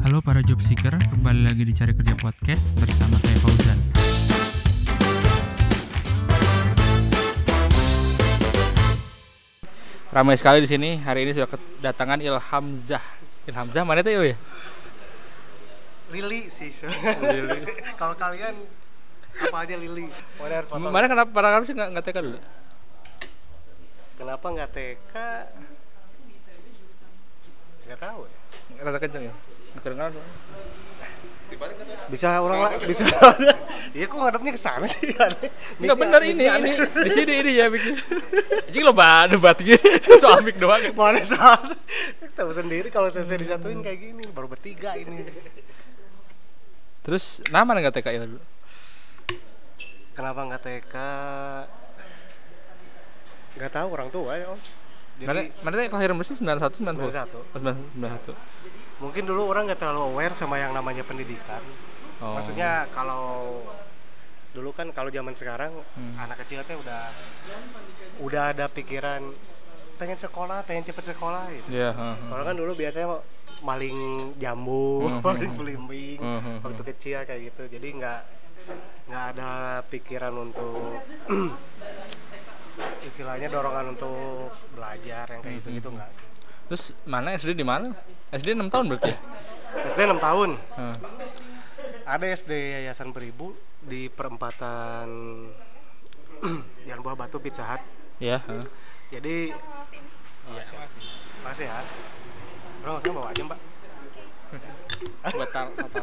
Halo para job seeker, kembali lagi di Cari Kerja Podcast bersama saya Fauzan. Ramai sekali di sini. Hari ini sudah kedatangan Ilhamzah. Ilhamzah mana tuh ya? Lili sih. Kalau kalian apa aja Lili? Mana kenapa para kamu sih nggak TK dulu? Kenapa nggak TK? Nggak tahu ya. Rada kenceng ya? Kedengaran. Bisa orang lah, bisa. Iya kok ngadepnya ke sana sih? Enggak benar ini di sini ini ya bikin. Anjing lo debat gini. Soal mic doang. Mana salah? Tahu sendiri kalau saya disatuin kayak gini, baru bertiga ini. Terus nama enggak TK ya dulu? Kenapa nggak TK? Nggak tahu orang tua ya Om. Mana kelahiran bersih 91 90. 91. Mungkin dulu orang nggak terlalu aware sama yang namanya pendidikan. Oh. Maksudnya kalau dulu kan kalau zaman sekarang anak kecil teh udah ada pikiran pengen sekolah, pengen cepet sekolah gitu. Iya. Kalau kan dulu biasanya maling jambu, maling belimbing waktu kecil kayak gitu. Jadi nggak ada pikiran untuk istilahnya dorongan untuk belajar yang kayak gitu nggak sih. Terus mana SD di mana? SD 6 tahun berarti ya? SD 6 tahun. Ada SD Yayasan Beribu di perempatan Jalan Buah Batu Pizza Hut. Iya. Jadi masih ya. Bro, saya bawa aja Mbak. Buat apa?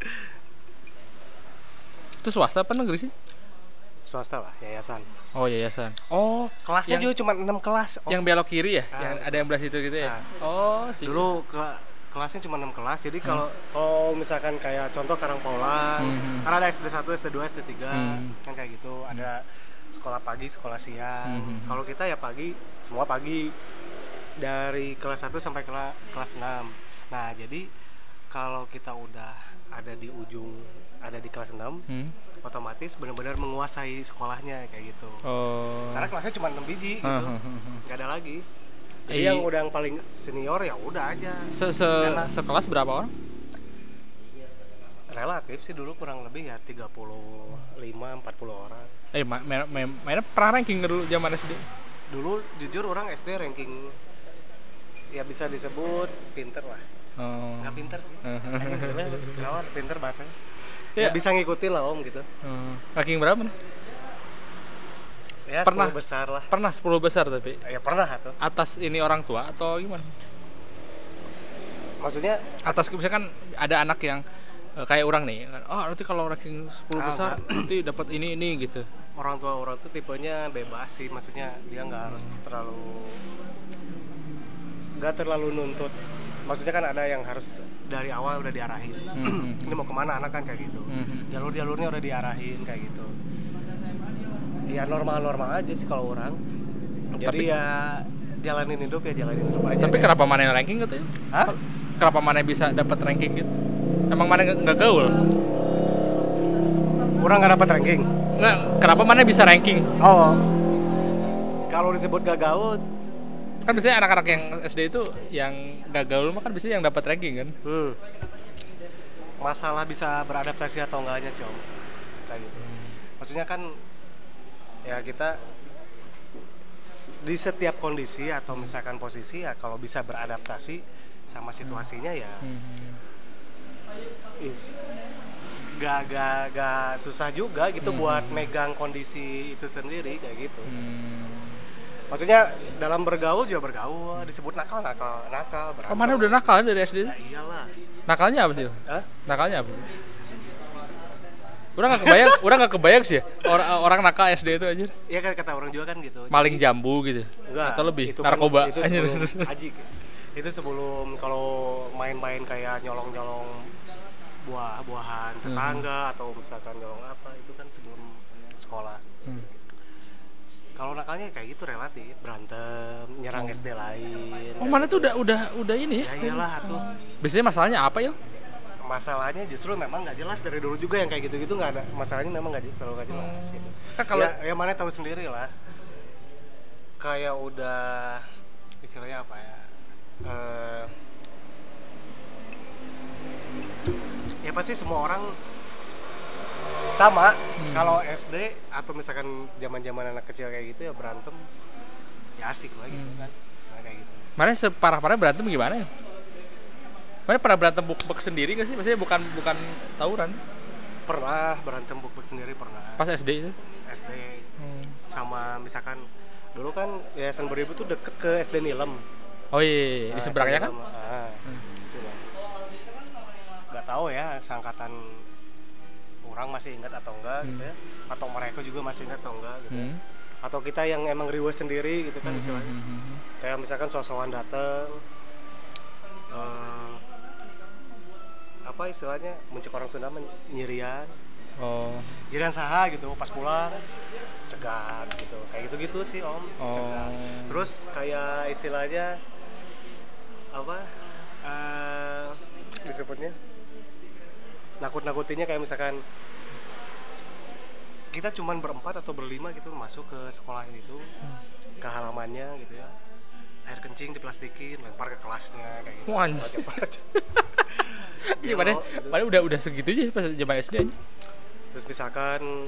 Itu swasta apa negeri sih? Swasta lah, yayasan. Oh yayasan. Oh kelasnya juga cuma 6 kelas. Yang belok kiri ya? Yang ada yang belah situ gitu ya? Oh sih. Dulu kelasnya cuma 6 kelas. Jadi kalau misalkan kayak contoh Karangpaula, kan ada SD 1, SD 2, SD 3 kan kayak gitu. Ada sekolah pagi, sekolah siang. Kalau kita ya pagi, semua pagi. Dari kelas 1 sampai kelas 6. Nah, jadi kalau kita udah ada di ujung, ada di kelas 6, otomatis benar-benar menguasai sekolahnya kayak gitu. Karena kelasnya cuma 6 biji gitu. Nggak ada lagi. Jadi yang paling senior ya udah aja. Sekelas berapa orang? Relatif sih dulu kurang lebih ya 35-40 orang. Mainnya pernah ranking dulu zaman SD? Dulu jujur orang SD ranking ya bisa disebut pinter lah. Nggak pinter sih. Kenapa pinter bahasanya? Ya bisa ngikutin lah Om gitu. Ranking berapa nih? Ya pernah 10 besar lah. Pernah 10 besar tapi? Ya pernah tuh. Atas ini orang tua atau gimana? Maksudnya? Atas misalkan ada anak yang kayak orang nih, nanti kalau ranking 10 besar nanti dapat ini gitu. Orang tua tuh tipenya bebas sih, maksudnya dia nggak harus terlalu nuntut. Maksudnya kan ada yang harus dari awal udah diarahin. Ini mau kemana anak kan kayak gitu. Jalurnya udah diarahin kayak gitu. Ya normal aja sih kalau orang. Jadi ya jalanin hidup aja. Tapi kenapa mana yang ranking gitu ya? Hah? Kenapa mana bisa dapat ranking gitu? Emang mana nggak gaul? Orang nggak dapat ranking. Nggak. Kenapa mana bisa ranking? Oh. Kalau disebut gak gaul, kan biasanya anak-anak yang SD itu yang gak gaul mah kan biasanya yang dapat ranking kan. Masalah bisa beradaptasi atau enggaknya sih Om, kayak gitu. Maksudnya kan ya kita di setiap kondisi atau misalkan posisi ya kalau bisa beradaptasi sama situasinya ya gak susah juga gitu buat megang kondisi itu sendiri kayak gitu. Maksudnya dalam bergaul juga bergaul, disebut nakal. Oh mana udah nakal dari SD? Ya iyalah. Nakalnya apa sih? Nakalnya apa? Orang nggak kebayang sih ya orang nakal SD itu aja. Iya kan kata orang juga kan gitu. Maling jambu gitu. Enggak, atau lebih itu narkoba. Kan, itu sebelum ajik. Itu sebelum kalau main-main kayak nyolong-nyolong buah-buahan tetangga atau misalkan nyolong apa itu kan sebelum sekolah. Kalau nakalnya kayak gitu relatif, berantem, nyerang SD lain. Oh mana tuh udah ini ya? Ya iyalah tuh. Biasanya masalahnya apa ya? Masalahnya justru memang nggak jelas dari dulu juga yang kayak gitu-gitu nggak ada. Masalahnya memang selalu nggak jelas. Gitu. Kan kalau ya mana tahu sendiri lah. Kayak udah istilahnya apa ya? pasti semua orang sama. Kalau SD atau misalkan zaman-zaman anak kecil kayak gitu ya berantem ya asik lah gitu kan, misalnya kayak gitu. Mana separah-parah berantem gimana ya? Mana pernah berantem buk-buk sendiri nggak sih? Maksudnya bukan tawuran? Pernah berantem buk-buk sendiri pernah. Pas SD itu? SD sama misalkan dulu kan Yayasan Beribu tuh deket ke SD Nilem. Oh iya, di seberangnya kan? Nggak tahu ya seangkatan orang masih ingat atau enggak gitu ya, atau mereka juga masih ingat atau enggak gitu. Atau kita yang emang request sendiri gitu kan istilahnya. Kayak misalkan sosokan dateng apa istilahnya muncul orang Sunda nyirian. Nyirian saha gitu pas pulang cegat gitu. Kayak gitu-gitu sih Om, cegat. Terus kayak istilahnya apa disebutnya nakut-nakutinya kayak misalkan kita cuman berempat atau berlima gitu masuk ke sekolah itu, ke halamannya gitu ya, air kencing diplastikin lempar ke kelasnya kayak gitu. Gimana? Padahal udah segitu aja pas zaman SD aja. Terus misalkan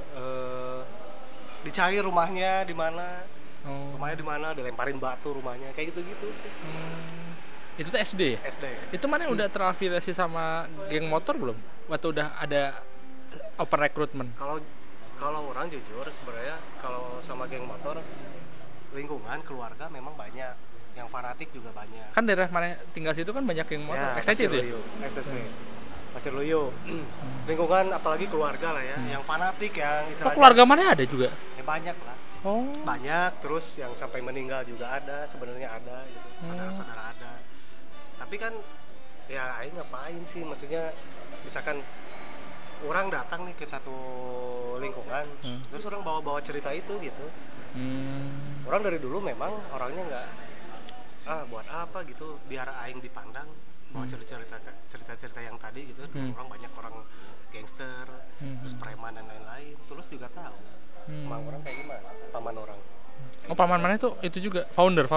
dicair rumahnya di mana, rumahnya di mana, dilemparin batu rumahnya kayak gitu-gitu sih. Itu tuh SD ya? SD. Itu mana udah terafiliasi sama geng motor belum? Waktu udah ada open recruitment? Kalau orang jujur sebenarnya kalau sama geng motor lingkungan keluarga memang banyak, yang fanatik juga banyak. Kan daerah mana tinggal situ kan banyak geng motor. Ya, STC itu ya? STC. Pasir Luyu. Lingkungan apalagi keluarga lah ya, yang fanatik yang istilahnya. Keluarga mana ada juga? Ya banyak lah. Banyak, terus yang sampai meninggal juga ada, sebenarnya ada gitu. Saudara-saudara ada. Tapi kan ya aing ngapain sih, maksudnya misalkan orang datang nih ke satu lingkungan, terus orang bawa cerita itu gitu. Orang dari dulu memang orangnya nggak buat apa gitu, biar aing dipandang bawa cerita yang tadi gitu. Orang banyak orang gangster, terus preman dan lain-lain. Terus juga tahu emang orang kayak gimana, paman orang. Paman mana itu juga founder.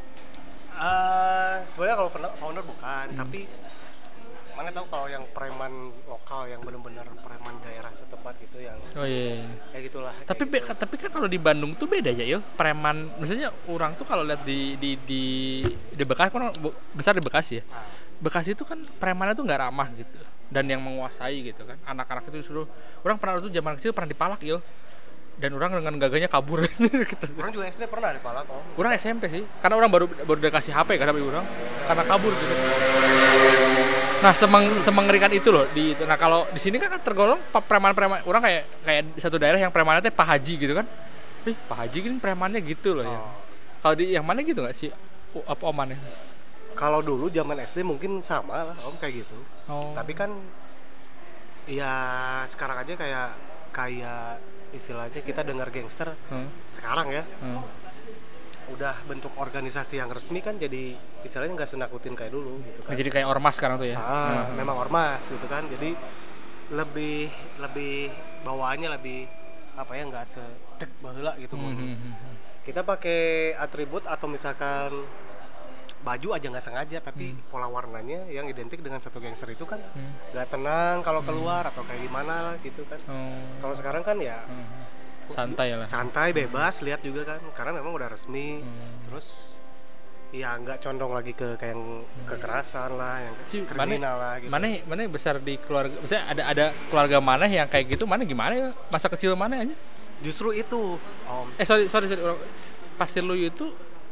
Sebenarnya kalau founder bukan, tapi mana tahu kalau yang preman lokal yang benar-benar preman daerah setempat gitu yang kayak gitulah. Tapi kan kalau di Bandung tuh beda ya, Il. Preman, maksudnya orang tuh kalau lihat di Bekasi kan besar di Bekasi ya. Bekasi itu kan premannya tuh nggak ramah gitu dan yang menguasai gitu kan. Anak-anak itu disuruh, orang pernah tuh zaman kecil pernah dipalak, Il. Dan orang dengan gagahnya kabur. Orang juga SD pernah dipalak kok. Orang SMP sih, karena orang baru dikasih HP kan sama orang, karena kabur gitu. Nah, semengerikan itu loh di itu. Nah, kalau di sini kan tergolong preman-preman, orang kayak satu daerah yang premannya teh Pak Haji gitu kan. Pak Haji kan premannya gitu loh ya. Kalau di yang mana gitu enggak sih? Apa omannya? Kalau dulu zaman SD mungkin sama lah Om kayak gitu. Tapi kan ya sekarang aja kayak istilahnya kita dengar gangster sekarang ya udah bentuk organisasi yang resmi kan, jadi istilahnya nggak senakutin kayak dulu gitu kan. Jadi kayak ormas sekarang tuh ya. Memang ormas gitu kan, jadi lebih bawaannya lebih apa ya, nggak sedek baheula gitu. Kita pakai atribut atau misalkan baju aja nggak sengaja, tapi pola warnanya yang identik dengan satu gangster itu kan nggak tenang kalau keluar atau kayak gimana lah gitu kan. Kalau sekarang kan ya santai bebas lihat juga kan, karena memang udah resmi. Terus ya nggak condong lagi ke kayak yang kekerasan lah, yang kriminal lah gitu. Mana besar di keluarga, misalnya ada keluarga mana yang kayak gitu, mana gimana ya, masa kecil mana aja? Justru itu sorry Pasir Luyu itu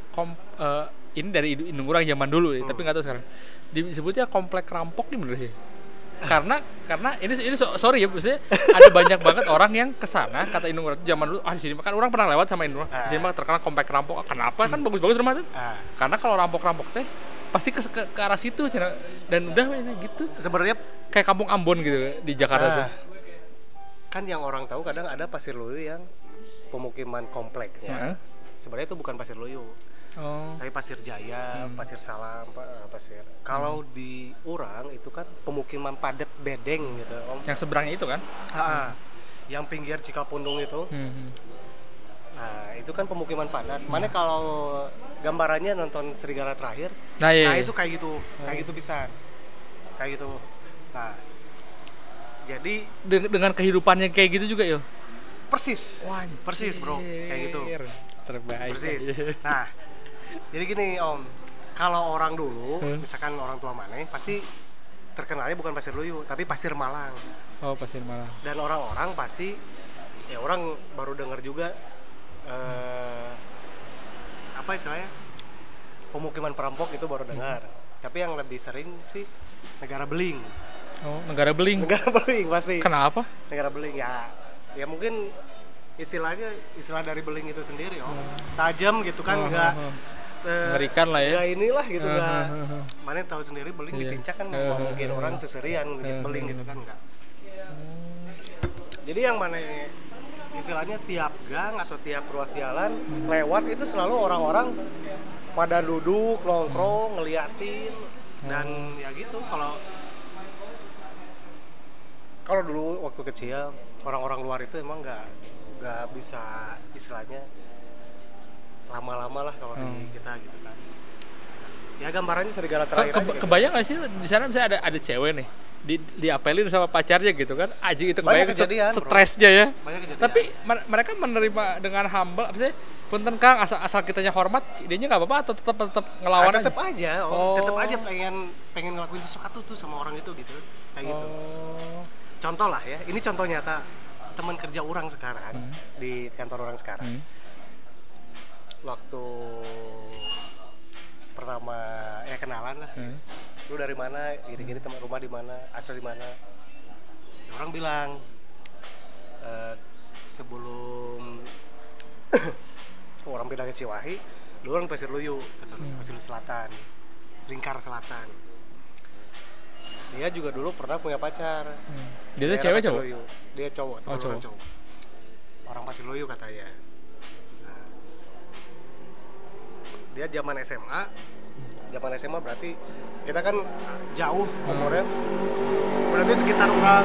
ini dari indung orang zaman dulu ya, tapi nggak tahu sekarang disebutnya komplek rampok nih, bener sih. Karena ini sorry ya, maksudnya ada banyak banget orang yang kesana, kata indung orang zaman dulu, di sini kan orang pernah lewat sama indung orang, di sini mah terkenal komplek rampok. Kenapa? Kan bagus-bagus rumah tuh. Karena kalau rampok teh pasti ke arah situ, dan udah gitu. Sebenarnya kayak kampung Ambon gitu di Jakarta tuh. Kan yang orang tahu kadang ada Pasir Luyu yang pemukiman kompleknya. Sebenarnya itu bukan Pasir Luyu. Tapi Pasir Jaya, Pasir Salam, Pasir. Kalau di Urang itu kan pemukiman padat bedeng gitu, Om. Yang seberangnya itu kan? Yang pinggir Cikapundung itu. Nah, itu kan pemukiman padat. Mana kalau gambarannya nonton Serigala Terakhir? Nah, itu kayak gitu. Kayak gitu bisa. Kayak gitu. Nah, Jadi dengan kehidupannya kayak gitu juga, Il. persis. Wah, Persis, Bro. Kayak gitu. Terbaik. Persis. Nah, jadi gini, Om. Kalau orang dulu, misalkan orang tua Maneh, pasti terkenalnya bukan Pasir Luyu, tapi Pasir Malang. Oh, Pasir Malang. Dan orang-orang pasti, ya orang baru dengar juga apa istilahnya, pemukiman perampok itu baru dengar. Tapi yang lebih sering sih Negara Beling. Oh, Negara Beling. Negara Beling pasti. Kenapa? Negara Beling ya mungkin istilah dari beling itu sendiri, tajam gitu kan, nggak mengerikan lah ya. Nggak inilah gitu, nggak. Mana tahu sendiri beling dipincak kan, mungkin orang seserian ngeliat beling gitu kan, nggak. Jadi yang mana istilahnya tiap gang atau tiap ruas jalan lewat itu selalu orang-orang pada duduk nongkrong ngeliatin dan ya gitu. Kalau dulu waktu kecil orang-orang luar itu emang nggak bisa istilahnya lama-lama lah kalau di kita gitu kan. Ya gambarannya serigala terakhir aja. Kebayang nggak sih di sana misalnya ada cewek nih diapelin sama pacarnya gitu kan, aja itu kebayang stresnya ya. Tapi mereka menerima dengan humble, apa sih? Punten Kang, asal kitanya hormat, dianya nggak apa-apa atau tetap ngelawan tetap aja, tetap aja pengen ngelakuin sesuatu tuh sama orang itu gitu, kayak gitu. Contoh lah ya, ini contoh nyata teman kerja orang sekarang di kantor orang sekarang. Waktu pertama ya kenalan lah, lu dari mana, gini-gini, teman rumah di mana, asal di mana. Ya, orang bilang sebelum orang pindah ke Ciwahi, dulu orang Pasir Luyu, kata lu, Pasir Luyu Selatan, Lingkar Selatan. Dia juga dulu pernah punya pacar. Dia tuh cewek cowok? Dia cowok, cowok. Orang Pasir Luyu katanya. Nah, dia zaman SMA berarti kita kan jauh umurnya. Berarti sekitar orang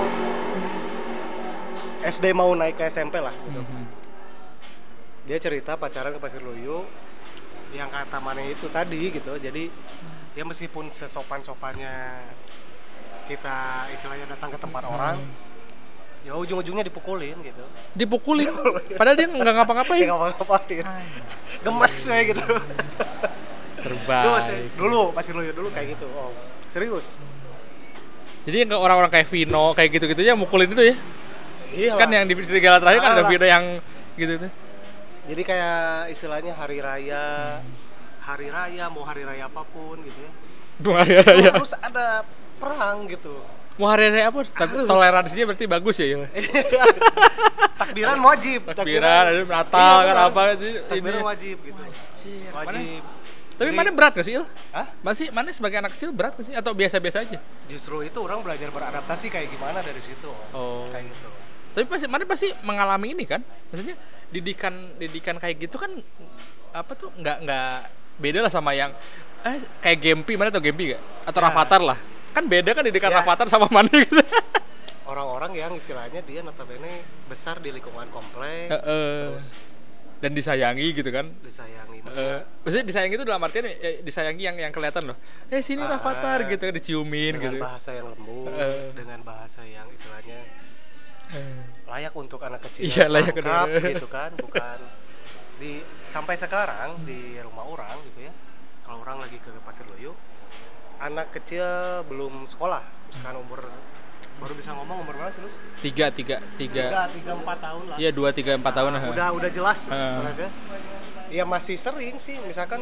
SD mau naik ke SMP lah gitu. Dia cerita pacaran ke Pasir Luyu yang kata mana itu tadi gitu. Jadi ya meskipun sesopan-sopannya kita istilahnya datang ke tempat orang, ya ujung-ujungnya dipukulin gitu. Dipukulin? Padahal dia nggak ngapa-ngapain. Dia nggak ngapa-ngapain. Gemes ya gitu. Terbaik. Dulu Pasir Luyu dulu kayak gitu. Oh, serius. Jadi nggak orang-orang kayak Vino kayak gitu-gitu ya mukulin itu ya? Iya. Kan yang di serigala terakhir kan ada Vino yang gitu tuh. Jadi kayak istilahnya hari raya mau hari raya apapun gitu ya. Hari raya. Harus ada perang gitu. Mau hari raya apa? Toleransinya berarti bagus ya. Takbiran wajib. Takbiran ada Natal kan apa takbiran wajib gitu. Wajib. Tapi mana berat gak sih, Il? Hah? Masih mana sebagai anak kecil berat gak sih? Atau biasa-biasa aja? Justru itu orang belajar beradaptasi kayak gimana dari situ. Kayak gitu. Tapi mana pasti mengalami ini kan? Maksudnya didikan kayak gitu kan apa tuh nggak beda lah sama yang kayak Gempi, mana tau Gempi gak? Atau Rafathar lah. Kan beda kan didikan Rafathar sama mana gitu. Orang-orang yang istilahnya dia notabene besar di lingkungan komplek, terus dan disayangi gitu kan. Disayangi maksudnya disayangi itu dalam artian disayangi yang kelihatan loh. Sini Rafathar gitu kan, diciumin dengan gitu. Dengan bahasa yang lembut, dengan bahasa yang istilahnya layak untuk anak kecil. Iya, layak gitu kan, bukan sampai sekarang di rumah orang gitu ya. Kalau orang lagi ke Pasir Luyu, anak kecil belum sekolah, sekarang baru bisa ngomong umur berapa sih, Lus? 3, 4 tahun lah. Iya, 2, 3, 4 tahun. Udah jelas ya. Ya masih sering sih, misalkan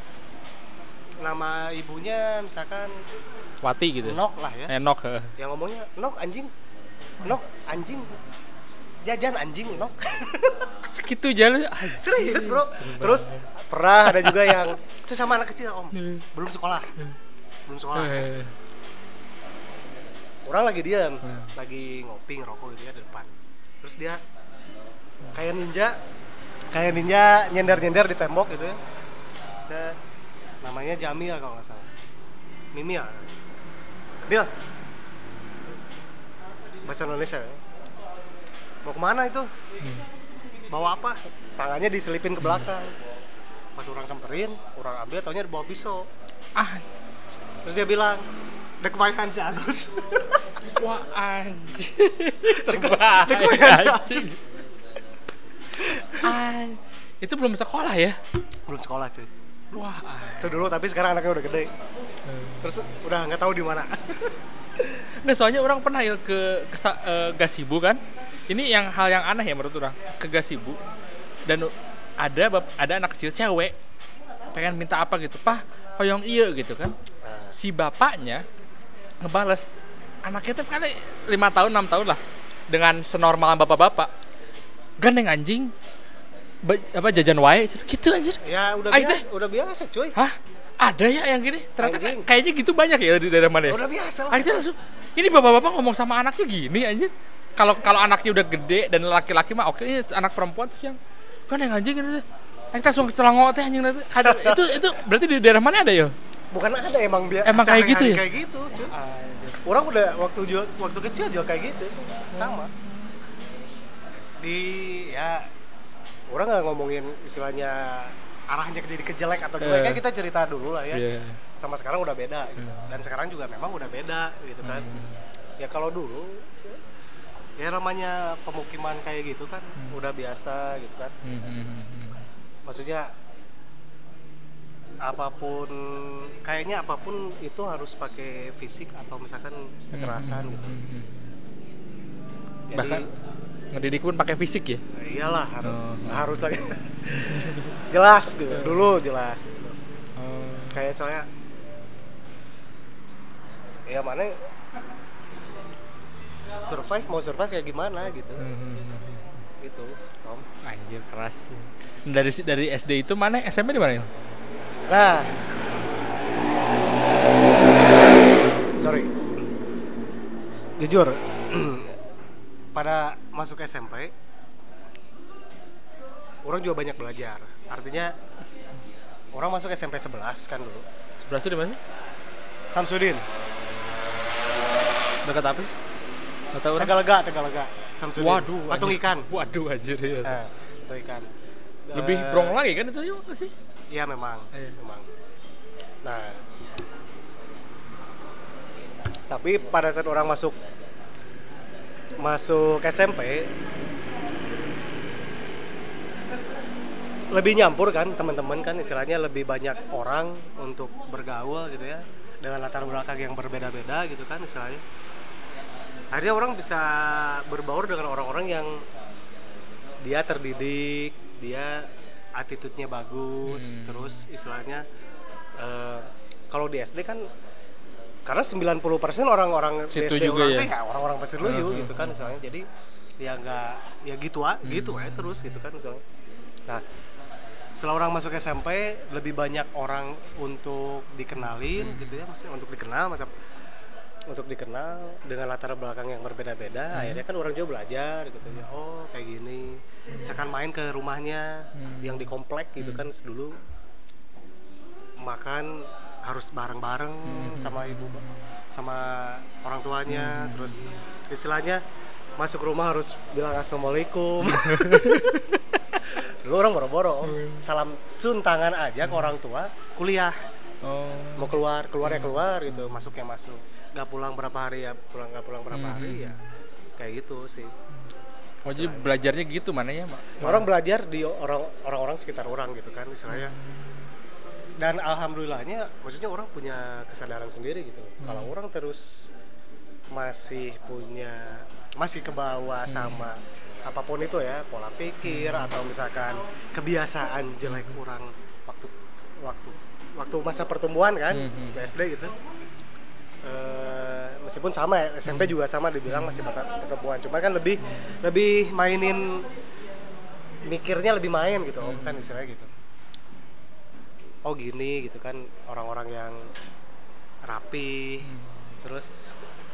nama ibunya misalkan Wati gitu. Nok lah ya. Nok. Yang ngomongnya Nok anjing. Nok anjing. Jajan anjing Nok. Segitu aja lu. Serius, Bro. Terus pernah ada juga yang sesama anak kecil, Om. Belum sekolah. Orang lagi diam, lagi ngopi ngerokok gitu ya di depan. Terus dia kayak ninja nyender di tembok gitu ya. Namanya Jamil kalau nggak salah. Mimi ya. Dia bahasa Indonesia ya. Mau kemana itu? Bawa apa? Tangannya diselipin ke belakang. Pas orang samperin, orang ambil, taunya dibawa pisau. Terus dia bilang, udah kebanyakan si Agus. Wah anjing. Terbaik anjing. Itu belum sekolah ya? Belum sekolah cuy. Wah. Itu dulu, tapi sekarang anaknya udah gede. Terus udah nggak tahu di mana. Nah, soalnya orang pernah ya ke Gasibu kan. Ini yang hal yang aneh ya menurut orang, ke Gasibu. Dan ada anak kecil cewek pengen minta apa gitu, "Pah, hoyong iya," gitu kan. Si bapaknya ngebales, anaknya tuh kan 5 tahun 6 tahun lah, dengan senormal bapak-bapak, gandeng anjing, jajan wae gitu anjir. Ya udah biasa cuy. Hah? Ada ya yang gini? Ternyata kayaknya gitu banyak ya di daerah mana ya? Udah biasa lah. Akhirnya langsung, ini bapak-bapak ngomong sama anaknya gini anjir. Kalau anaknya udah gede dan laki-laki mah oke, ini anak perempuan terus yang kan yang anjing gitu. Kita langsung celangok teh anjing nanti. Itu berarti di daerah mana ada ya? Bukan ada, emang kayak gitu ya? Kayak gitu cuy. Orang udah waktu kecil juga kayak gitu sama. Orang nggak ngomongin istilahnya arahnya jadi kejelek atau gimana, kan kita cerita dulu lah ya. Sama sekarang udah beda gitu. Dan sekarang juga memang udah beda gitu kan. Ya kalau dulu ya namanya pemukiman kayak gitu kan udah biasa gitu kan. Maksudnya kayaknya apapun itu harus pakai fisik atau misalkan kekerasan gitu. Jadi, bahkan ngedidik pun pakai fisik ya? Iyalah, harus lagi. Jelas gitu, dulu jelas. Kayak soalnya ya mana mau survive kayak gimana gitu. Gitu, Om. Anjir keras. Dari SD itu mana? SMP di mana? Nah. Sorry. Jujur, pada masuk SMP orang juga banyak belajar. Artinya orang masuk SMP 11 kan dulu. 11 itu di mana? Samsudin. Dekat apa? Atau orang? Tegalega. Samsudin. Waduh, patung ikan. Waduh anjir ya. Patung ikan. Lebih brong lagi kan itu yuk sih? Iya memang. Nah, tapi pada saat orang masuk SMP lebih nyampur kan teman-teman kan, istilahnya lebih banyak orang untuk bergaul gitu ya, dengan latar belakang yang berbeda-beda gitu kan istilahnya. Akhirnya orang bisa berbaur dengan orang-orang yang dia terdidik, dia attitude-nya bagus, terus istilahnya kalau di SD kan karena 90% orang-orang di SD juga orang ya? Orang-orang Pasir Luyu gitu kan misalnya. Jadi ya enggak ya gitu aja terus gitu kan misalnya. Nah, setelah orang masuk SMP lebih banyak orang untuk dikenalin gitu ya, maksudnya untuk dikenal dengan latar belakang yang berbeda-beda. Akhirnya kan orang juga belajar gitu ya. Oh, kayak gini. Misalkan main ke rumahnya yang di komplek gitu kan, dulu makan harus bareng-bareng sama ibu, sama orang tuanya. Terus istilahnya masuk rumah harus bilang assalamualaikum. Dulu orang boro-boro salam sun tangan aja ke orang tua, kuliah. Mau keluar gitu, masuk, nggak pulang berapa hari ya nggak pulang berapa hari ya, kayak gitu sih. Jadi belajarnya gitu mana ya, Mak? Orang belajar di orang-orang sekitar orang gitu kan istilahnya. Dan alhamdulillahnya, maksudnya orang punya kesadaran sendiri gitu. Kalau orang terus masih ke bawah sama apapun itu ya, pola pikir atau misalkan kebiasaan jelek orang waktu masa pertumbuhan kan, SD gitu. Meskipun sama ya, SMP juga sama dibilang masih pertumbuhan. Cuma kan lebih mikirnya lebih main gitu, kan istilahnya gitu. Oh gini gitu kan, orang-orang yang rapi, terus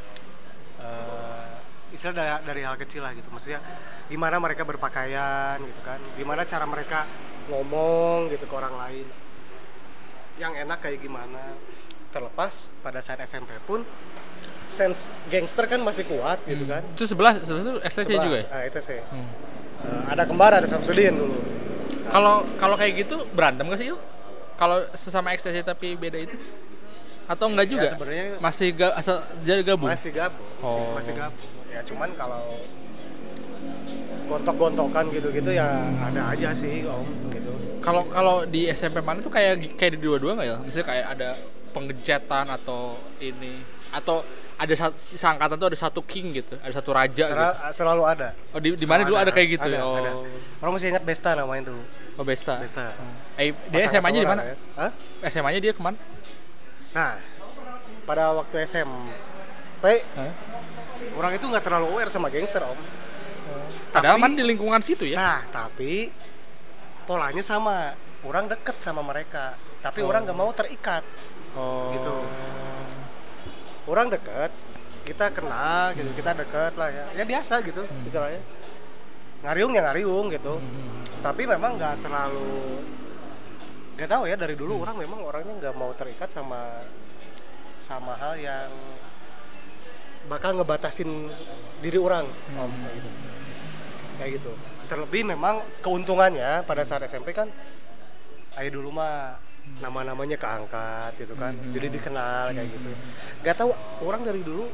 istilah dari hal kecil lah gitu, maksudnya gimana mereka berpakaian gitu kan, gimana cara mereka ngomong gitu ke orang lain, yang enak kayak gimana. Terlepas pada saat SMP pun sense gangster kan masih kuat gitu kan. Itu 11 itu STC juga ya? STC. Ada kembar, ada Samsudin dulu. Kalau kayak gitu berantem gak sih yuk? Kalau sesama XTC tapi beda itu? Atau enggak juga? Ya, sebenarnya masih asal jadi gabung. Masih gabung. Masih gabung. Ya cuman kalau gontok-gontokan gitu-gitu ya ada aja sih Om gitu. Kalau di SMP mana tuh kayak di dua-dua nggak ya? Misalnya kayak ada pengecetan atau ini atau ada seangkatan tuh ada satu king gitu, ada satu raja gitu. Selalu ada. Oh di mana dulu ada kayak gitu ya? Oh. Ada. Orang masih ingat Besta namanya dulu. Oh Besta. Dia Pasangan SMA-nya di mana? Ya? Hah? SMA-nya dia kemana? Nah, pada waktu SMP, orang itu nggak terlalu aware sama gangster Om. Padahal kan di lingkungan situ ya. Nah, tapi polanya sama. Orang deket sama mereka, tapi orang nggak mau terikat. Gitu. Orang deket, kita kenal gitu, kita deket lah ya. Ya biasa gitu, misalnya. Ngariung ya ngariung gitu. Tapi memang nggak terlalu, nggak tahu ya, dari dulu orang memang orangnya nggak mau terikat sama hal yang bakal ngebatasin diri orang. Kayak gitu. Terlebih memang keuntungannya pada saat SMP kan, ayo dulu mah nama-namanya keangkat gitu kan, jadi dikenal kayak gitu. Gak tahu orang dari dulu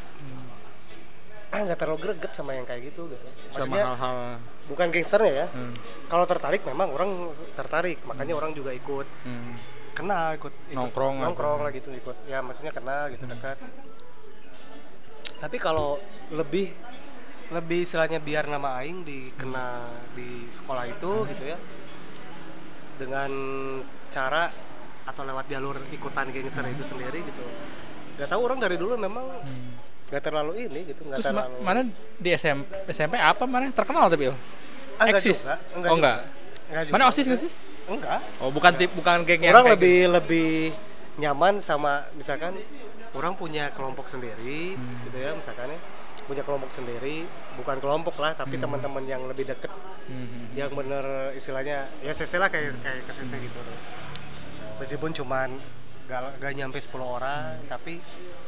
nggak terlalu greget sama yang kayak gitu. Maksudnya sama hal-hal bukan gangsternya ya. Kalau tertarik memang orang tertarik, makanya orang juga ikut kenal, ikut nongkrong lah gitu, ikut ya maksudnya kenal gitu, dekat. Tapi kalau lebih istilahnya biar nama aing dikenal di sekolah itu gitu ya, dengan cara atau lewat jalur ikutan gangster itu sendiri gitu. Gak tahu orang dari dulu memang gak terlalu ini gitu. Terus mana di SMP apa mana terkenal tapi eksis? Enggak. Mana OSIS nggak sih? Enggak. Oh bukan geng yang orang lebih nyaman sama misalkan orang punya kelompok sendiri gitu ya, misalkan ya punya kelompok sendiri, bukan kelompok lah tapi teman-teman yang lebih deket, yang bener istilahnya ya CC lah kayak ke CC gitu. Meskipun cuman gak nyampe 10 orang tapi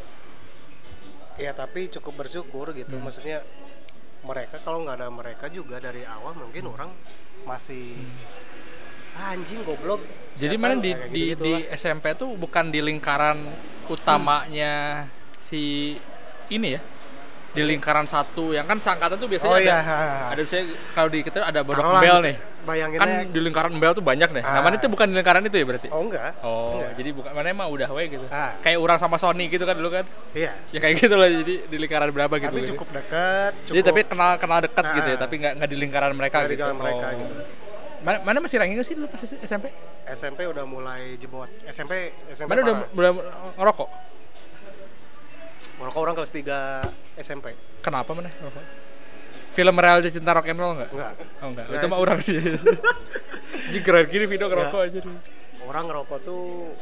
cukup bersyukur gitu. Maksudnya mereka, kalau nggak ada mereka juga dari awal mungkin orang masih anjing goblok. Jadi mana di SMP tuh bukan di lingkaran utamanya si ini ya, di lingkaran satu yang kan seangkatan tuh biasanya ada misalnya kalau di kita ada Bodok Embel nih. Bayangin kan di lingkaran Embel tuh banyak nih. Namanya itu bukan di lingkaran itu ya berarti? Enggak. Jadi bukan, mana emang udah gitu. Kayak orang sama Sony gitu kan dulu kan? Iya. Ya kayak gitu lah, jadi di lingkaran berapa gitu. Tapi cukup dekat. Jadi tapi kenal dekat gitu ya, tapi nggak di lingkaran mereka gitu. Gitu. Mana masih ranking sih dulu pas SMP? SMP udah mulai jebot. SMP mana udah ngerokok? Ngerokok orang kelas 3 SMP. Kenapa mana ngerokok? Film reality cinta rock and roll enggak? Enggak. Itu mah orang sih. Jadi keren gini video ngerokok aja nih. Orang ngerokok tuh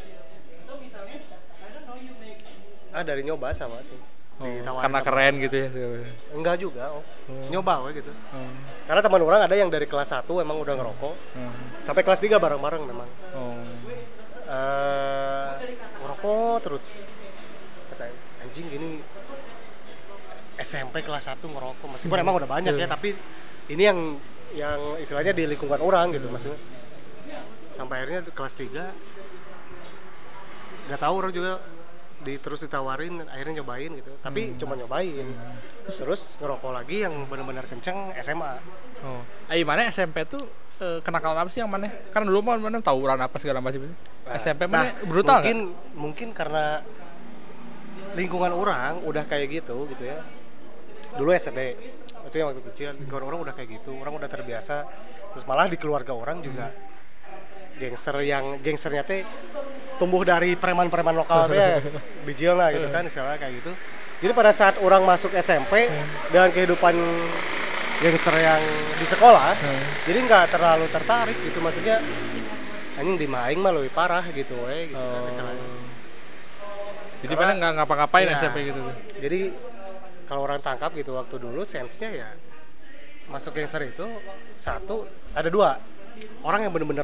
dari nyoba sama sih. Karena keren gitu ya. Enggak juga, nyoba gitu. Karena teman orang ada yang dari kelas 1 emang udah ngerokok. Sampai kelas 3 bareng-bareng memang. Ngerokok terus. Kata anjing gini SMP kelas 1 ngerokok, meskipun emang udah banyak ya, tapi ini yang istilahnya di lingkungan orang gitu maksudnya. Sampai akhirnya kelas 3 nggak tahu orang juga terus ditawarin, akhirnya nyobain gitu, tapi cuma nyobain. Terus ngerokok lagi yang benar-benar kenceng SMA. Mana SMP tuh kenakalan apa sih yang mana? Kan dulu mana tawuran apa segala macam itu. SMP mana brutal nggak? Mungkin karena lingkungan orang udah kayak gitu ya. Dulu SD, maksudnya waktu kecil lingkungan orang udah kayak gitu, orang udah terbiasa. Terus malah di keluarga orang juga gangsternya teh tumbuh dari preman-preman lokal teh bijil lah gitu kan, istilahnya kayak gitu. Jadi pada saat orang masuk SMP dengan kehidupan gangster yang di sekolah, jadi nggak terlalu tertarik gitu, maksudnya anjing di maing mah lebih parah gitu gitu kan istilahnya. Jadi mana nggak ngapa-ngapain SMP gitu tuh. Jadi kalau orang tangkap gitu waktu dulu sense-nya ya masuk gangster itu ada 2 orang yang bener-bener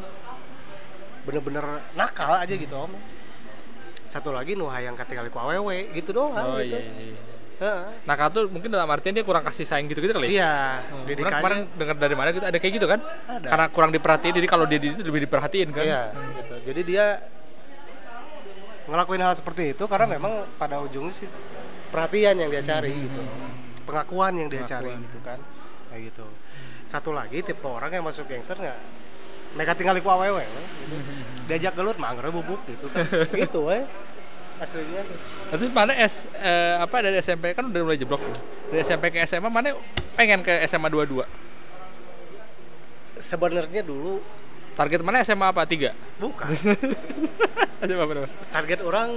nakal aja gitu Om. Satu lagi nu hayang katingali ku awewe gitu doang gitu. Iya. Nakal tuh mungkin dalam artian dia kurang kasih sayang gitu kali. Iya. Kemarin dengar dari mana gitu ada kayak gitu kan? Ada. Karena kurang diperhatiin, jadi kalau dia itu lebih diperhatiin kan. Iya gitu. Jadi dia ngelakuin hal seperti itu karena memang pada ujungnya sih perhatian yang dia cari gitu, pengakuan yang dia cari gitu kan, kayak gitu. Satu lagi tipe orang yang masuk gangster nggak mereka tinggal iku awewe gitu. Diajak gelut mangre bubuk gitu kan. Gitu aslinya. Terus mana dari SMP kan udah mulai jeblok tuh. Dari SMP ke SMA mana pengen ke SMA 22? Sebenarnya dulu target mana SMA apa 3? bukan. SMA berapa? Target orang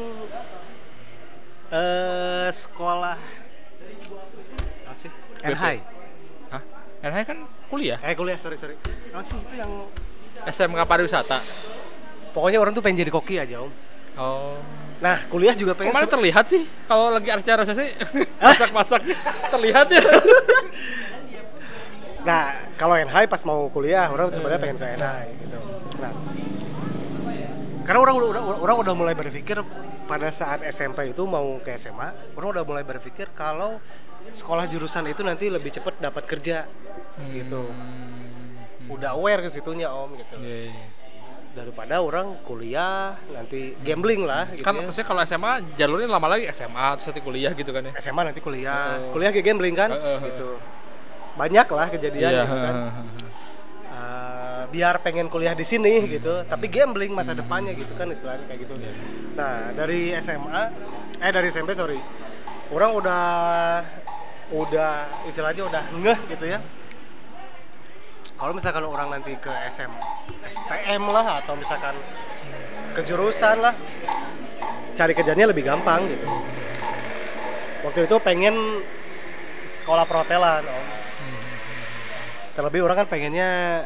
sekolah apa sih? NHI. Hah? NHI kan kuliah? Kuliah, sorry. Apa sih itu yang SMK pariwisata. pokoknya orang tuh pengen jadi koki aja, Om. Oh. Nah, kuliah juga pengen. Kemana terlihat sih kalau lagi acara resepsi masak-masak terlihat ya. Nah, kalau NHI pas mau kuliah, orang sebenarnya pengen ke NHI gitu. Nah, karena orang udah mulai berpikir pada saat SMP itu mau ke SMA, orang udah mulai berpikir kalau sekolah jurusan itu nanti lebih cepat dapat kerja gitu. Udah aware ke situnya, Om gitu. Daripada orang kuliah nanti gambling lah gitu. Kan maksudnya kalau SMA jalurnya lama lagi SMA terus nanti kuliah gitu kan ya. SMA nanti kuliah ke gambling kan gitu. Banyak lah kejadian gitu kan. Biar pengen kuliah di sini gitu, tapi gambling masa depannya gitu kan istilahnya kayak gitu. Nah, dari SMP orang udah istilahnya udah ngeh gitu ya. Kalau misalkan orang nanti ke STM lah atau misalkan ke jurusan lah, cari kerjanya lebih gampang gitu. Waktu itu pengen sekolah perhotelan, Om. Terlebih orang kan pengennya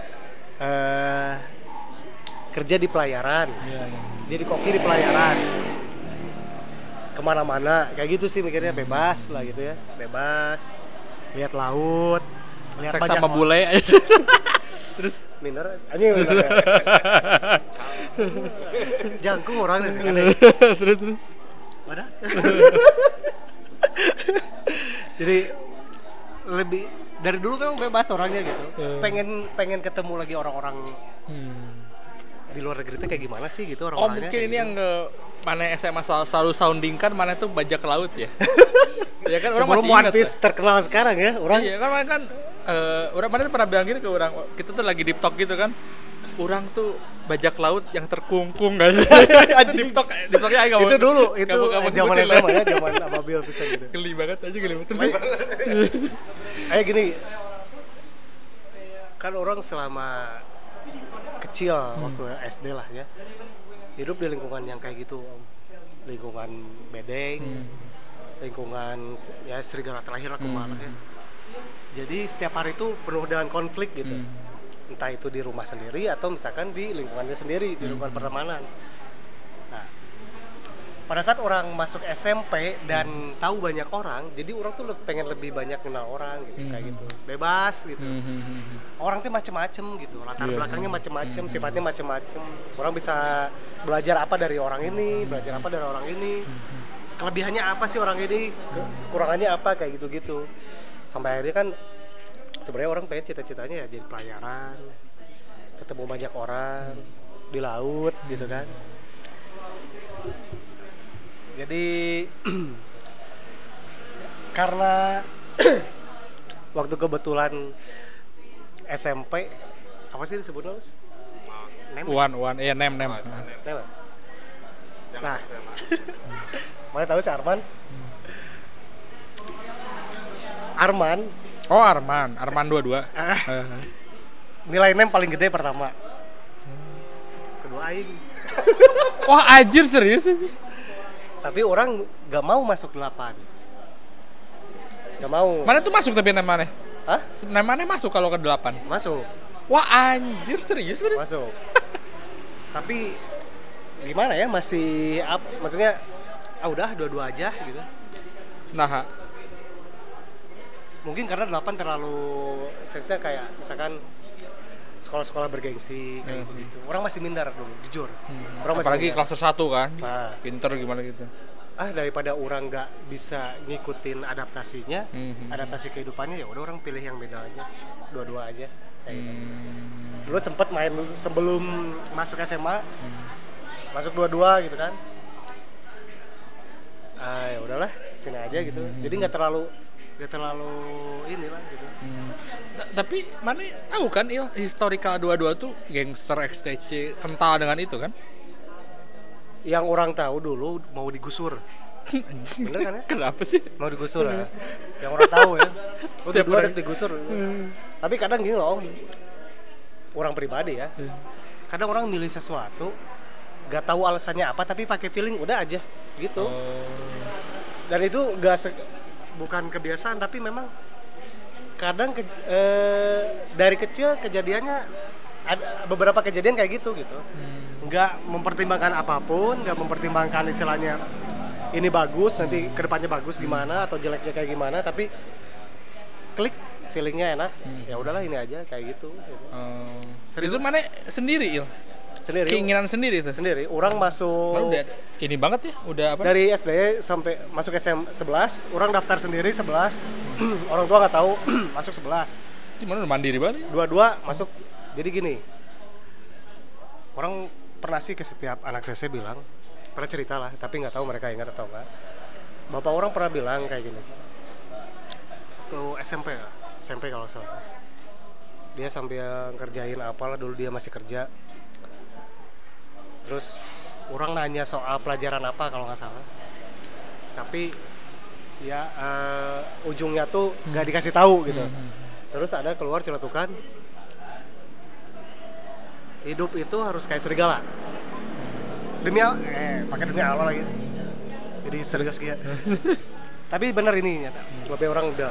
kerja di pelayaran, jadi koki di pelayaran, kemana-mana kayak gitu sih mikirnya, bebas lah gitu ya, bebas lihat laut, lihat seks banyak sama bule aja. Terus minor anjing minor ya. Jangkung orangnya sih kan. terus Wadah. Jadi lebih dari dulu kan bebas orangnya gitu. Pengen ketemu lagi orang-orang di luar negeri itu kayak gimana sih gitu orang-orangnya. Mungkin ini gitu. Yang mana SMA selalu soundingkan mana tuh bajak laut ya. Ya kan orang masih One ingat. Piece terkenal sekarang ya orang. Iya kan mana kan orang mana tuh pernah bilang gini ke orang, kita tuh lagi deep talk gitu kan. Orang tuh bajak laut yang terkungkung kan. Itu deep talknya aja itu dulu, itu zaman SMA ya, zaman ababil bisa gitu. Geli banget. Terus gini. Kan orang selama kecil waktu SD lah ya. Hidup di lingkungan yang kayak gitu, Om. Lingkungan bedeng, lingkungan ya serigala terakhir lah kemana ya. Jadi setiap hari itu penuh dengan konflik gitu. Entah itu di rumah sendiri atau misalkan di lingkungannya sendiri, di lingkungan pertemanan. Nah, pada saat orang masuk SMP dan tahu banyak orang, jadi orang tuh pengen lebih banyak kenal orang gitu, kayak gitu. Bebas gitu. Orang tuh macem-macem gitu, latar belakangnya macem-macem, sifatnya macem-macem. Orang bisa belajar apa dari orang ini, belajar apa dari orang ini. Kelebihannya apa sih orang ini, kurangannya apa, kayak gitu-gitu. Sampai akhirnya kan sebenarnya orang pengen cita-citanya ya jadi pelayaran, ketemu banyak orang di laut gitu kan. Jadi karena waktu kebetulan SMP apa sih disebutnya, Mas? Nem. Nah, mana tahu si Arman? Arman 22. Nilai nem paling gede pertama. Kedua aing. Wah, anjir serius sih. Tapi orang gak mau masuk 8. Gak mau. Mana tuh masuk tapi namanya? Hah? Namanya masuk kalau ke 8. Masuk. Wah, anjir serius kan? Masuk. Tapi gimana ya, masih maksudnya udah dua-dua aja gitu. Nah, mungkin karena 8 terlalu sensinya, kayak misalkan sekolah-sekolah bergengsi kayak gitu. Orang masih minder dulu, jujur. Orang apalagi klaster 1 kan. Nah, pinter gimana gitu. Daripada orang nggak bisa ngikutin adaptasinya, adaptasi kehidupannya, ya udah orang pilih yang beda aja. Dua-dua aja kayak gitu. Dulu sempet main sebelum masuk SMA. Masuk 22 gitu kan. ya udahlah sini aja gitu. Jadi nggak terlalu inilah gitu. Tapi mana tahu kan historical 22 tuh gangster XTC kental dengan itu kan? Yang orang tahu dulu mau digusur. Bener kan ya? Kenapa sih? Mau digusur ya. Yang orang tahu ya. Setiap orang digusur. Tapi kadang gini loh, orang pribadi ya. Kadang orang milih sesuatu gak tahu alasannya apa tapi pakai feeling udah aja gitu. Dan itu bukan kebiasaan tapi memang kadang dari kecil kejadiannya ada beberapa kejadian kayak gitu. Nggak mempertimbangkan apapun, nggak mempertimbangkan istilahnya ini bagus nanti kedepannya bagus gimana atau jeleknya kayak gimana, tapi klik feelingnya enak, ya udahlah ini aja kayak gitu. Itu mana sendiri Sendiri. Keinginan sendiri itu. Sendiri. Orang masuk. Udah ini banget ya, udah apa? Dari SD sampai masuk SM 11, orang daftar sendiri 11. Orang tua nggak tahu masuk 11. Gimana udah mandiri banget? Dua masuk. Jadi gini. Orang pernah sih ke setiap anak CC bilang, pernah cerita lah, tapi nggak tahu mereka ingat atau enggak. Bapak orang pernah bilang kayak gini. Tuh SMP kalau salah. Dia sambil ngerjain apalah dulu dia masih kerja. Terus orang nanya soal pelajaran apa kalau nggak salah, tapi ya ujungnya tuh nggak dikasih tahu gitu. Terus ada keluar celetukan, hidup itu harus kayak serigala. Pakai demi Allah lagi. Jadi serius gitu. Tapi benar ini nyata. Bapak orang udah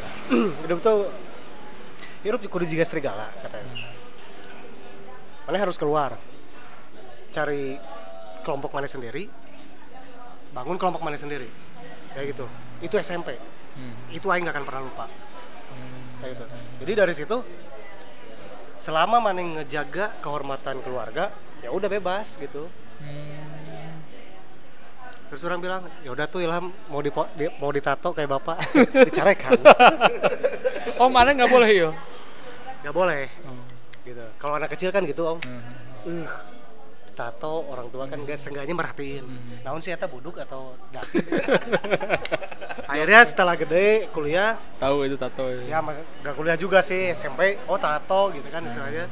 hidup kudu juga serigala katanya. Mana harus keluar. Cari kelompok mana sendiri, bangun kelompok mana sendiri, kayak gitu. Itu SMP. Itu aing nggak akan pernah lupa. Kayak gitu. Jadi dari situ, selama mana ngejaga kehormatan keluarga, ya udah bebas gitu. Terus orang bilang, ya udah tuh Ilham mau ditato kayak bapak, dicarekan. Oh mana nggak boleh yo? Nggak boleh. Gitu. Kalau anak kecil kan gitu om. Tato orang tua kan seenggaknya merhatiin. Naon sih eta buduk atau daki. Akhirnya setelah gede kuliah tahu itu tato ya gak kuliah juga sih, SMP tato gitu kan istilahnya.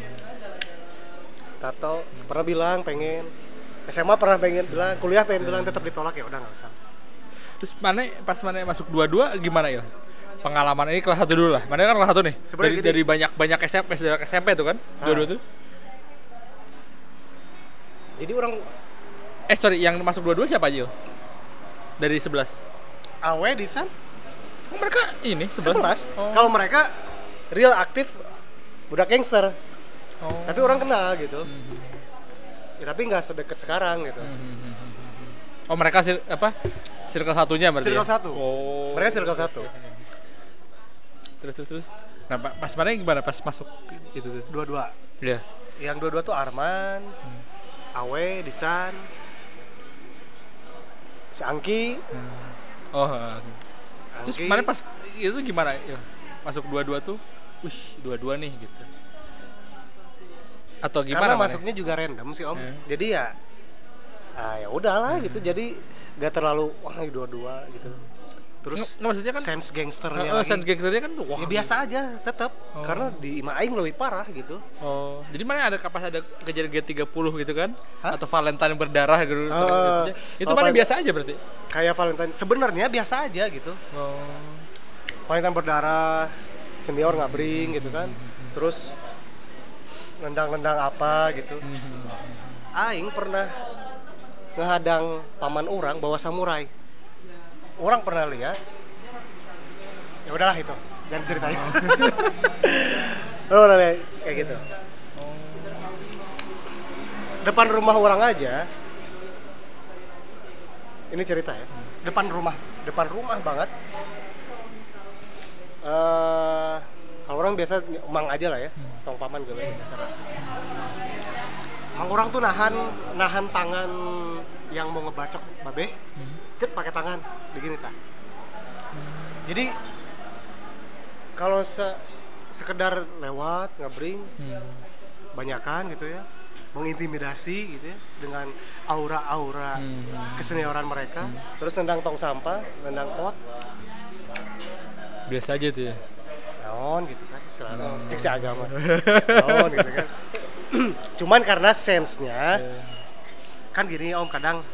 Tato pernah bilang pengen, SMA pernah pengen bilang, kuliah pengen bilang tetap ditolak, ya udah nggak usah. Terus pas mana masuk 22 gimana ya? Pengalaman ini kelas 1 dulu lah. Mana kan kelas 1 nih. Dari banyak SMP tuh kan? 22 tuh. Jadi orang yang masuk 22 siapa aja? Dari 11. Awe di San? Oh, mereka ini 11. Oh. Kalau mereka real aktif budak gangster. Tapi orang kenal gitu. Ya, tapi nggak sedekat sekarang gitu. Oh, mereka circle satunya berarti. Circle 1. Oh. Mereka circle 1. Terus. Nah, pas mana gimana pas masuk itu tuh? 22. Iya. Yang 22 tuh Arman, Awe, Disan, si Angki. Terus mana pas itu gimana ya? Masuk 22 tuh, wih 22 nih gitu. Atau gimana? Karena masuknya juga random sih om. Jadi ya udahlah gitu. Jadi gak terlalu wah 22 gitu. Terus maksudnya kan sense gangsternya sense gangsternya kan tuh ya biasa aja tetap. Karena di Ima Aing lebih parah gitu. Jadi mana ada kejadian G30 gitu kan? Atau Valentine berdarah gitu. Itu mana biasa aja berarti? Kayak Valentine sebenarnya biasa aja gitu. Valentine berdarah, senior ngabring gitu kan. Terus nendang-nendang apa gitu. Aing pernah ngehadang paman orang bawa samurai. Orang pernah lihat. Ya udahlah itu, jangan ceritain. Pernah lihat kayak gitu. Depan rumah orang aja. Ini cerita ya. Depan rumah banget. Kalau orang biasa emang aja lah ya, tong paman gitu. Emang orang tuh nahan tangan yang mau ngebacok babe. Pakai tangan begini tak. Jadi kalau sekedar lewat ngabring banyakan gitu ya, mengintimidasi gitu ya dengan aura-aura kesenioran mereka, terus nendang tong sampah, nendang pot, biasa aja tuh ya. naon gitu kan, selalu cek si agama, naon gitu kan. Cuman karena sense-nya kan gini Om, kadang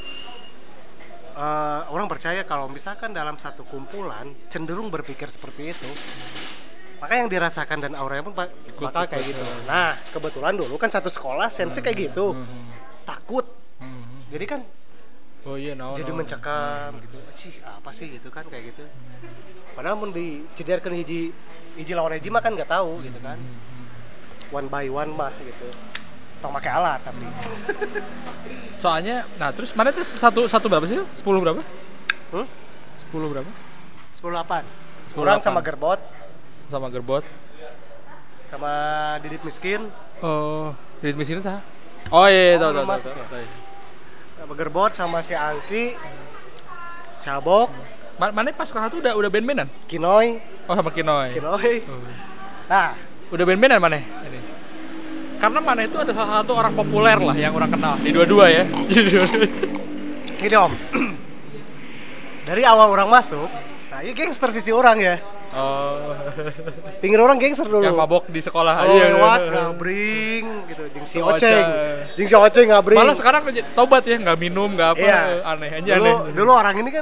orang percaya kalau misalkan dalam satu kumpulan cenderung berpikir seperti itu, maka yang dirasakan dan auranya pun bakal kayak gitu. Nah, kebetulan dulu kan satu sekolah sense kayak gitu. Takut. Jadi kan jadi mencekam gitu. Cih, apa sih gitu kan kayak gitu. Padahal mun dicederkeun hiji lawan hiji mah kan enggak tahu gitu kan. One by one mah gitu. Tong make alat tapi. Soalnya, nah terus mana tuh satu berapa sih? 10 berapa? 10 berapa? 10-8. Kurang sama gerbot. Sama gerbot. Sama Didit Miskin. Oh, Didit Miskin sah? Oh iya, tahu. Sama gerbot sama si Angki. Si Abok. Mana pas kelas 1 udah band-bandan? Kinoy. Oh, sama Kinoy. Nah, udah band-bandan mana ini? Karena mana itu ada salah satu orang populer lah yang orang kenal di dua-dua ya. Gini Om, dari awal orang masuk, nah ini gangster sisi orang ya. Oh. Pinggir orang gangster dulu. Yang mabok di sekolah aja. Lewat ngabring gitu, jeung si Oceng ngabring. Malah sekarang tobat ya, nggak minum, nggak apa, aneh aja aneh. Dulu orang ini kan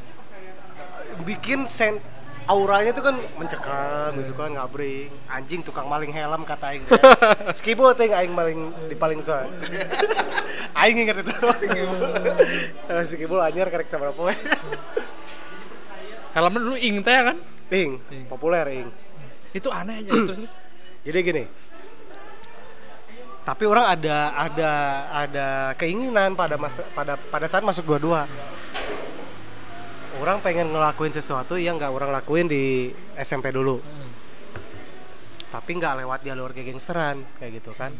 bikin auranya tuh kan mencekam gitu kan, ngabring, anjing tukang maling helm kata aing. Skibo teh aing maling di paling soal. Aing inget itu Skibo. Skibo anyar karek sabaraha poe. Helmnya dulu ing teh kan? Ing, populer ing. Itu aneh aja terus. Jadi gini. Tapi orang ada keinginan pada saat masuk 22. Orang pengen ngelakuin sesuatu yang nggak orang lakuin di SMP dulu, tapi nggak lewat jalur gangsteran kayak gitu kan.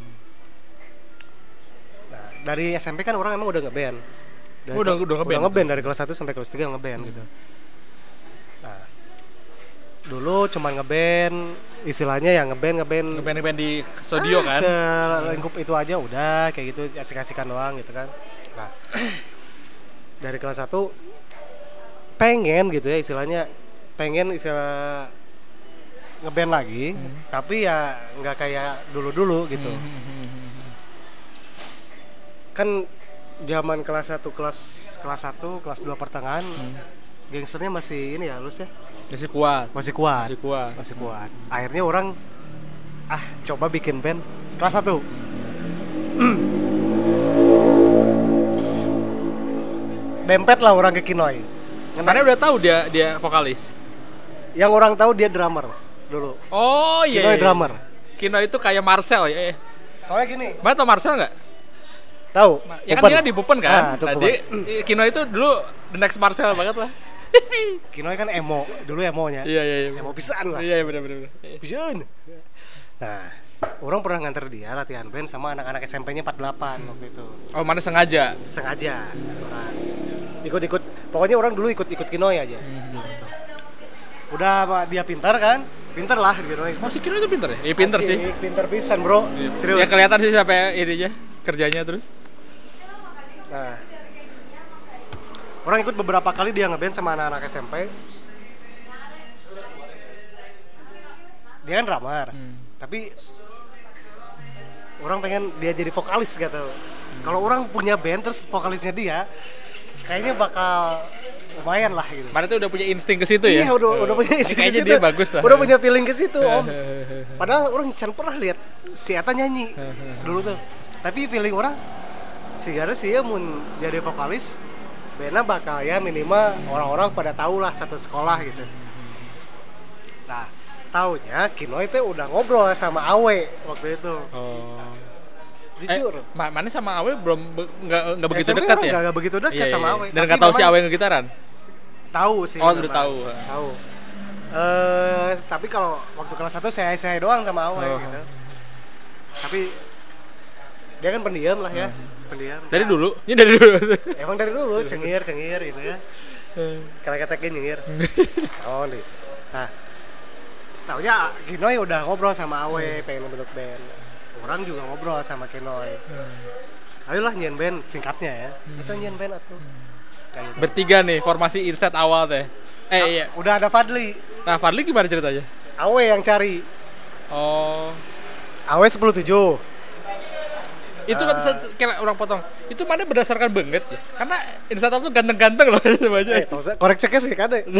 Nah, dari SMP kan orang emang udah ngeband. Udah ngeband dari kelas 1 sampai kelas 3 ngeband gitu. Nah, dulu cuma ngeband, istilahnya yang ngeband di studio kan. Selingkup itu aja udah kayak gitu, asik-asikan doang gitu kan. Nah, dari kelas 1 pengen gitu ya istilahnya ngeband lagi, tapi ya nggak kayak dulu gitu. Kan zaman kelas 1 kelas 2 pertengahan, gangsternya masih ini ya halus ya, masih kuat. Akhirnya orang coba bikin band kelas 1. Dempet lah orang ke Kinoy. Karena udah tahu dia vokalis. Yang orang tahu dia drummer dulu. Oh iya. Kinoy drummer. Kinoy itu kayak Marcel ya. Soalnya gini. Mana tau Marcel nggak? Tahu. Ya kan dia di Pupen kan. Jadi Kinoy itu dulu the next Marcel banget lah. Kinoy kan emo, dulu emonya. Iya. Emo pisan lah. Iya benar. Pisan. Nah, orang pernah nganter dia latihan band sama anak-anak SMP-nya 48 waktu itu. Oh, mana sengaja? Sengaja. Ikut pokoknya orang dulu ikut Kinoy aja. Udah dia pintar kan? Pintar lah Kinoy. Masih Kinoy itu pintar ya? Iya pintar sih. Pintar pisan bro. Serius. Ya kelihatan sih sampai ininya kerjanya terus. Nah, orang ikut beberapa kali dia ngeband sama anak-anak SMP. Dia kan drummer, tapi orang pengen dia jadi vokalis gitu. Kalau orang punya band terus vokalisnya dia, kayaknya bakal lumayan lah gitu. Mana tuh udah punya insting ke situ ya? Iya, udah punya insting. Kayaknya dia bagus lah. Udah punya feeling ke situ, Om. Padahal orang can pernah lihat si Eta nyanyi dulu tuh. Tapi feeling orang si Garus sih ya mau jadi vokalis, bandnya bakal ya minimal orang-orang pada tahu lah satu sekolah gitu. Nah, taunya Kinoy teh udah ngobrol sama Awe waktu itu. Oh. Jujur. Mana sama Awe belum nggak begitu SMP dekat ya? Nggak begitu dekat sama Awe. Dan nggak tahu si Awe ngegitaran? Tahu sih. Oh, udah tahu. Tahu. Tapi kalau waktu kelas 1 saya doang sama Awe gitu. Tapi dia kan pendiam lah ya. Pendiam. Dari dulu? Ini dari dulu. Emang dari dulu cengir gitu ya. Kata-kata nyengir. Oh, nih. Nah, taunya Kinoy udah ngobrol sama Awe pengen bentuk band. orang juga ngobrol sama Kinoy. Ayolah nyian band singkatnya ya. Bisa nyian band atuh. Kayak gitu. Bertiga nih formasi Inset awal teh. Iya. Udah ada Fadli. Nah, Fadli gimana ceritanya? Awe yang cari. Oh. Awe 10-7. Itu kan kayak orang potong. Itu mana berdasarkan banget ya? Karena Inset tuh ganteng-ganteng loh sama aja. Korek ceknya sih kan deh.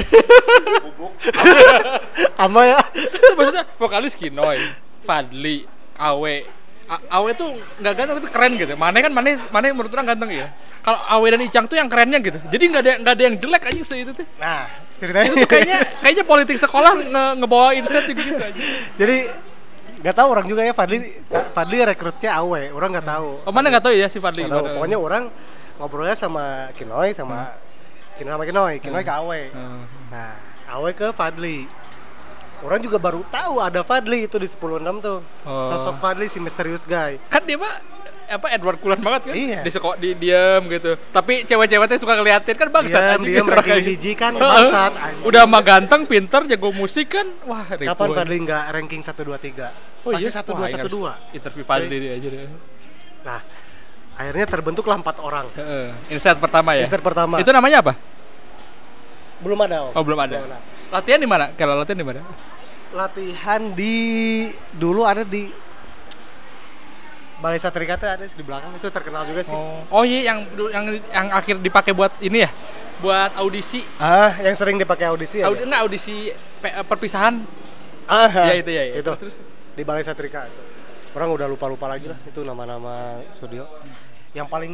Ama ya. Itu maksudnya vokalis Kinoy, Fadli, Awe. Awe tuh nggak ganteng tapi keren gitu. Mana menurut orang ganteng ya. Kalau Awe dan Icang tuh yang kerennya gitu. Jadi nggak ada yang jelek aja sih itu tuh. Nah, ceritanya itu tuh kayaknya politik sekolah ngebawa Inset gitu aja. Jadi nggak tahu orang juga ya Fadli rekrutnya Awe, orang nggak tahu. Oh, mana nggak tahu ya si Fadli. Pokoknya orang ngobrolnya sama Kinoy sama Kinoy ke Awe. Nah, Awe ke Fadli. Orang juga baru tahu ada Fadli itu di 10-6 tuh. Sosok Fadli si misterius guy. Kan dia Edward Cullen banget kan? Iya. Di sekolah di diam gitu. Tapi cewek-ceweknya suka ngeliatin kan bangsat. Diam ranking hiji kan bangsat. Udah mah ganteng, pinter, jago musik kan. Wah, ribu. Kapan Fadli enggak ranking 1 2 3? Pasti 1 2 1 2. Interview Fadli dia aja deh. Nah, akhirnya terbentuklah 4 orang. Insert pertama ya? Insert pertama. Itu namanya apa? Belum ada. Oh, belum ada. Latihan di mana? Kalau latihan di mana? Latihan dulu ada di Balai Satrika tuh ada di belakang, itu terkenal juga sih. Oh iya, yang akhir dipakai buat ini ya? Buat audisi. Yang sering dipakai audisi ya? Audisi perpisahan. Ya itu ya. Itu. Terus di Balai Satrika. Orang udah lupa lagi lah itu nama-nama studio. Yang paling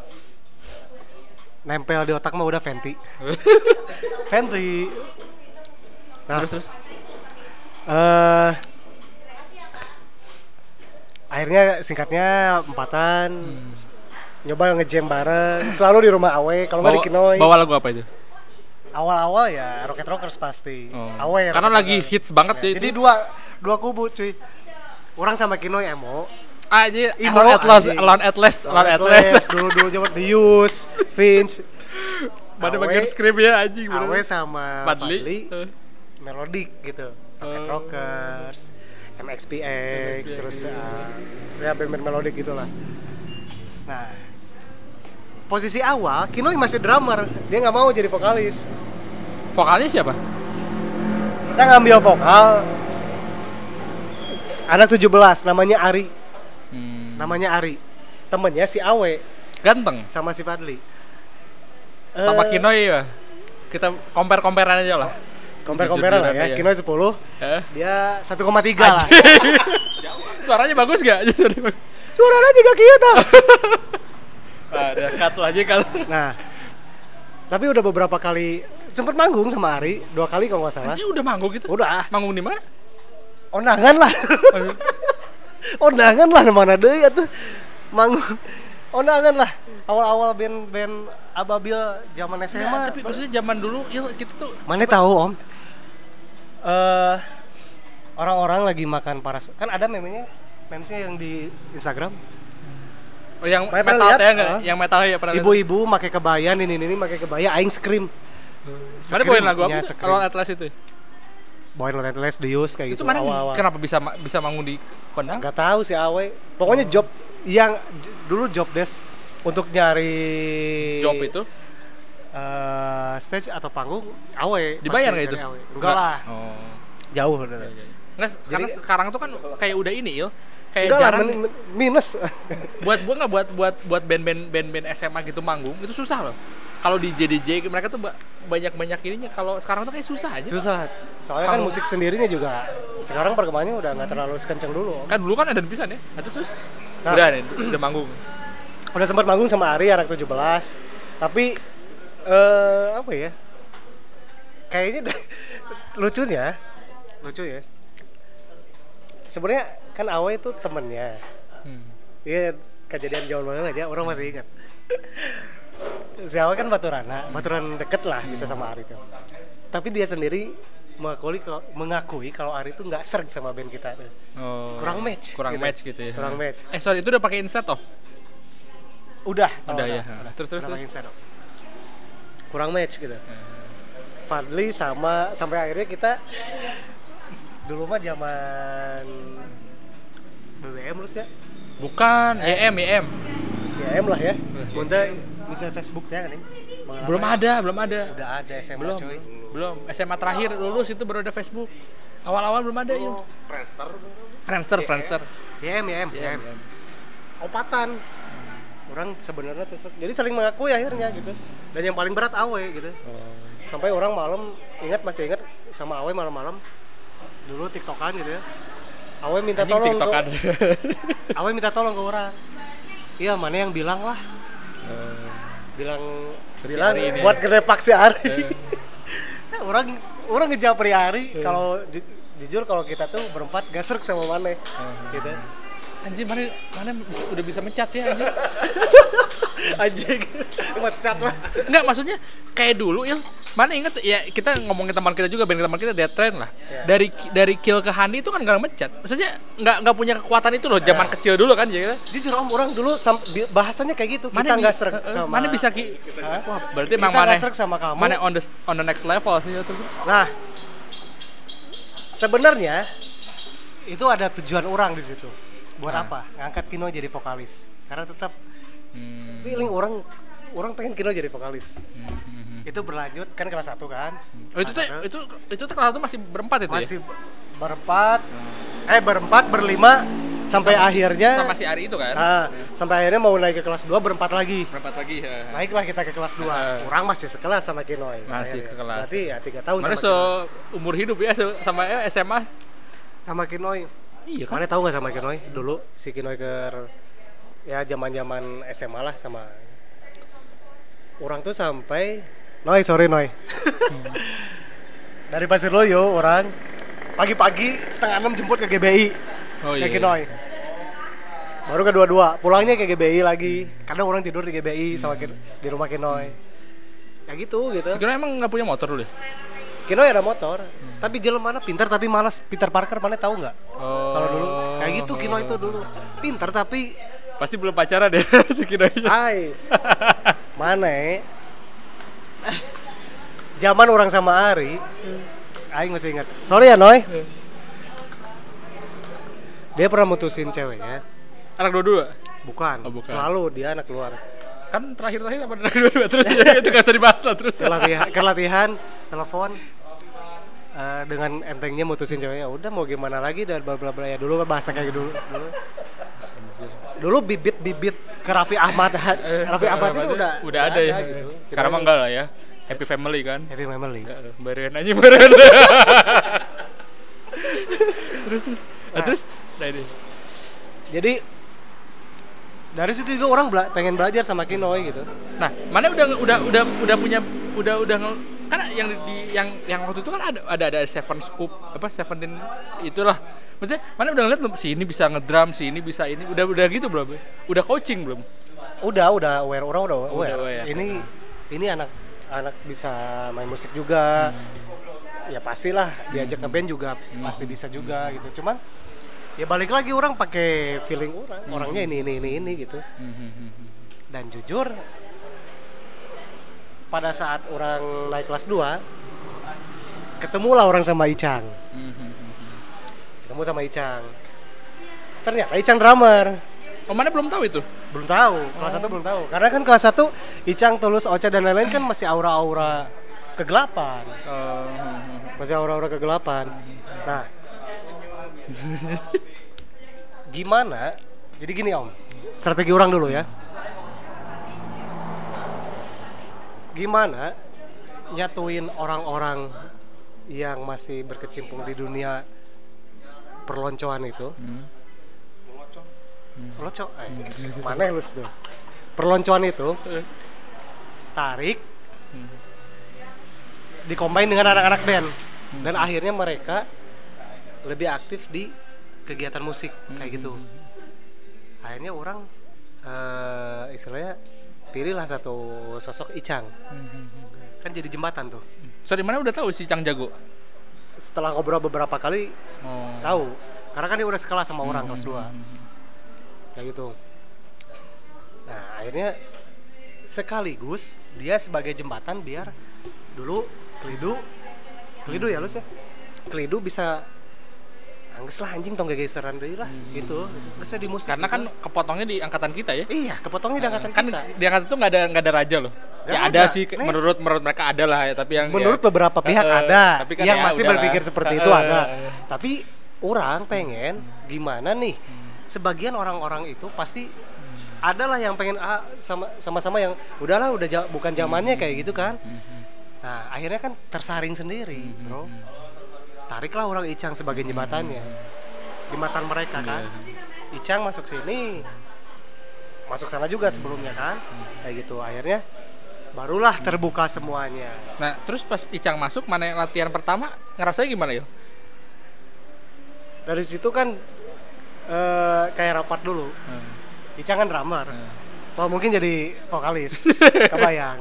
nempel di otak mah udah Fenty. Fenty. Nah, terus akhirnya singkatnya 4-an nyoba nge-jam bareng selalu di rumah Awe kalau nggak di Kinoy. Bawa lagu apa itu? Awal-awal ya Rocket Rockers pasti. Awe karena lagi hits banget ya. Jadi dua kubu cuy. Orang sama Kinoy emo. Alone Atlas. Dulu coba The Use, Vince. Pada bagian skrip ya anjing. Awe sama Fadli. Melodic gitu. Rocket Rockers, MXPX, terus ya band-band melodik gitulah. Nah, posisi awal Kinoy masih drummer, dia nggak mau jadi vokalis. Vokalnya siapa? Kita ngambil vokal anak 17, namanya Ari. Namanya Ari, temennya si Awe. Ganteng. Sama si Fadli. Sama Kinoy ya. Kita compare-comparean aja lah. Compare-comparean lah ya. Kinoy 10, dia 1,3 lah. Suaranya bagus gak? Suaranya juga kita. Ada cut aja kalau. Nah, tapi udah beberapa kali sempet manggung sama Ari, 2 kali kalau nggak salah. Ini udah manggung gitu? Udah. Manggung di mana? Ondangan lah. Ondangan lah mana deh atuh. Manggung. Ondangan lah. Awal-awal band Ababil zaman SMA. Nah, tapi maksudnya zaman dulu kita tuh. Mana tahu Om? Orang-orang lagi makan paras. Kan ada memesnya yang di Instagram. Oh, yang metal ya enggak? Yang metal ya pernah. Ibu-ibu pakai kebaya, ini pakai kebaya aing scream. Mana bawain lagu apa? Kalau Atlas itu. Bawain Atlas The Use kayak itu gitu. Itu mana kenapa bisa manggung di kondang? Enggak tahu si Awe. Pokoknya job yang dulu job desk untuk nyari job itu stage atau panggung Awe. Dibayar nggak itu? Enggak lah. Jauh udah. Nggak, karena sekarang tuh kan kayak udah ini kayak enggak jarang lah, minus. buat band-band SMA gitu manggung itu susah loh. Kalau di JDJ mereka tuh banyak ininya. Kalau sekarang tuh kayak susah aja. Susah. Soalnya kan musik sendirinya juga sekarang perkembangannya udah nggak terlalu sekenceng dulu. Kan dulu kan ada pisan ya. Terus udah manggung. Udah sempat manggung sama Ari anak 17. Tapi apa ya? Kayaknya lucu ya. Sebenarnya kan Awe itu temennya. Iya, kejadian jauh banget aja, orang masih ingat. Si Awe kan baturan deket lah bisa sama Ari tuh. Tapi dia sendiri mengakui kalau Ari tuh nggak serg sama band kita tuh. Kurang match gitu ya. Kurang match. Sorry, itu udah pakai Inset toh? Udah ya. Terus. Kurang match gitu. Fadli sampai akhirnya kita dulu mah zaman BBM terus ya? Bukan, YM. YM lah ya. Bunda bisa Facebook ya kan ini? Belum ada. Udah ada SMA Belum. coy. Belum. SMA terakhir lulus itu baru ada Facebook. Awal-awal belum ada ya. Friendster. YM. Opatan. Orang sebenarnya jadi saling mengakui akhirnya gitu. Dan yang paling berat Awe gitu. Sampai orang masih ingat sama Awe malam-malam dulu TikTokan gitu ya. Awe minta tolong Awe minta tolong ke orang. Iya, mana yang bilang lah. Bilang buat gedepak si Ari. Orang ngejawab Ari kalau jujur kalau kita tuh berempat gak serk sama mana gitu. Anjing, mana udah bisa mencat ya anjing. Anjing, mencat lah. Enggak, maksudnya kayak dulu ya. Mana inget ya, kita ngomongin teman kita juga, band teman kita Death Train lah. Yeah. Dari Kill ke Hani itu kan enggak mencat. Maksudnya enggak punya kekuatan itu loh zaman kecil dulu kan ya. Jujur orang dulu bahasanya kayak gitu. Kita enggak serk sama. Mana bisa wah, berarti emang mana serk sama kamu. Mana on the next level sih itu. Nah, sebenarnya itu ada tujuan orang di situ. Buat apa? Ngangkat Kino jadi vokalis. Karena tetap feeling orang pengen Kino jadi vokalis. Itu berlanjut kan kelas 1 kan. Oh, itu kelas 1 masih berempat itu masih ya? Masih berempat, berlima sampai akhirnya sama si Ari itu kan. Nah, sampai akhirnya mau naik ke kelas 2 berempat lagi. Ya. Naiklah kita ke kelas 2. Orang masih sekelas sama Kinoy. Masih ke kelas. Berarti ya 3 tahun sama umur hidup ya sama SMA sama Kinoy. Iya kan? Mana tahu nggak sama Kinoy dulu si Kinoy ya zaman SMA lah sama orang tuh sampai sorry Noy. Dari Pasir Loyo orang pagi-pagi 5:30 jemput ke GBI. Ke Kinoy. Baru ke 22 pulangnya ke GBI lagi. Kadang orang tidur di GBI sama di rumah Kinoy. Ya gitu. Si Kinoy emang nggak punya motor dulu ya? Kinoy ada motor, tapi jalan mana pintar tapi malas. Peter Parker mana tahu nggak? Kalau dulu kayak gitu Kinoy itu dulu pintar tapi pasti belum pacaran deh si Kinoy. Mana? Zaman orang sama Ari, Aing masih ingat. Sorry ya Noy. Dia pernah mutusin ceweknya. Anak dua-dua? Bukan. Selalu dia anak luar. Kan terakhir apa anak dua-dua terus ya, itu nggak usah dibahas lah terus. Latihan, telepon. Dengan entengnya mutusin ceweknya, udah mau gimana lagi dan bla bla bla ya dulu bahasa kayak dulu bibit ke Raffi Ahmad itu udah ada ya gitu. Sekarang mah enggak lah ya, happy family kan, barean aja terus nah ini jadi dari situ juga orang pengen belajar sama Kinoy gitu. Nah, mana udah punya karena yang waktu itu kan ada Seven Scoop Seventeen itulah. Maksudnya mana udah ngeliat belum si ini bisa ngedrum, si ini bisa ini udah gitu belum? Udah coaching belum? Udah aware, orang udah aware. Ini anak bisa main musik juga. Ya pastilah diajak ke band juga pasti bisa juga gitu. Cuman ya balik lagi orang pakai feeling orangnya ini gitu. Dan jujur pada saat orang naik kelas 2 ketemulah orang sama Icang. Ketemu sama Icang. Ternyata Icang drummer. Oh, mana belum tahu itu? Belum tahu. Kelas 1 belum tahu. Karena kan kelas 1 Icang, Tulus, Ocha dan lain-lain kan masih aura-aura kegelapan. Masih aura-aura kegelapan. Nah, gimana? Jadi gini Om, strategi orang dulu ya. Gimana nyatuin orang-orang yang masih berkecimpung di dunia perloncoan itu? Pelocok? Mana halus tuh? Perloncoan itu tarik, dikombin dengan anak-anak band, dan akhirnya mereka lebih aktif di kegiatan musik kayak gitu. Akhirnya orang istilahnya pilihlah satu sosok Icang. Kan jadi jembatan tuh. So di mana udah tahu si Icang jago? Setelah ngobrol beberapa kali tahu. Karena kan dia udah sekelas sama orang kelas 2. Kayak gitu. Nah, akhirnya sekaligus dia sebagai jembatan biar dulu Kelidu ya lu sih. Kelidu bisa Geus lah anjing tong gegeseran deui lah gitu. Geus di musik. Karena kan kepotongnya di angkatan kita ya. Iya, kepotongnya di angkatan Kan kita. di angkatan itu nggak ada raja loh. Nggak Ya ada. ada sih Nih. menurut mereka ada lah ya, tapi yang Menurut ya, beberapa pihak ada tapi kan yang ya masih udahlah. berpikir seperti itu ada. Tapi orang pengen gimana nih? Sebagian orang-orang itu pasti adalah yang pengen sama-sama yang udahlah bukan zamannya kayak gitu kan. Nah, akhirnya kan tersaring sendiri, bro. Tariklah orang Icang sebagai jembatannya. Jembatan mereka kan. Icang masuk sini. Masuk sana juga sebelumnya kan. Kayak gitu. Akhirnya barulah terbuka semuanya. Nah, terus pas Icang masuk, mana yang latihan pertama ngerasanya gimana ya? Dari situ kan kayak rapat dulu. Icang kan drummer. Oh, mungkin jadi vokalis. Kebayang.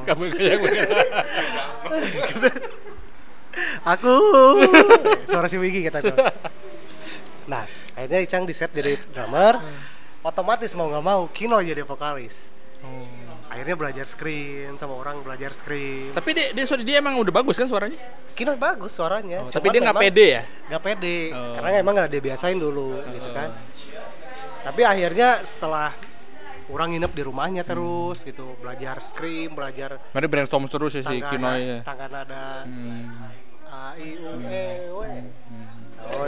Aku suara si Wigi kata tuh. Nah, akhirnya Icang di set jadi drummer. Otomatis mau nggak mau Kino jadi vokalis. Akhirnya belajar scream sama orang belajar scream. Tapi dia emang udah bagus kan suaranya? Kino bagus suaranya. Tapi dia nggak pede ya? Nggak pede, karena emang nggak dibiasain dulu, gitu kan. Tapi akhirnya setelah orang nginep di rumahnya terus gitu, belajar scream, belajar. Mari brainstorm terus ya si Kino ya. Tangga nada. A I U E W. Oh,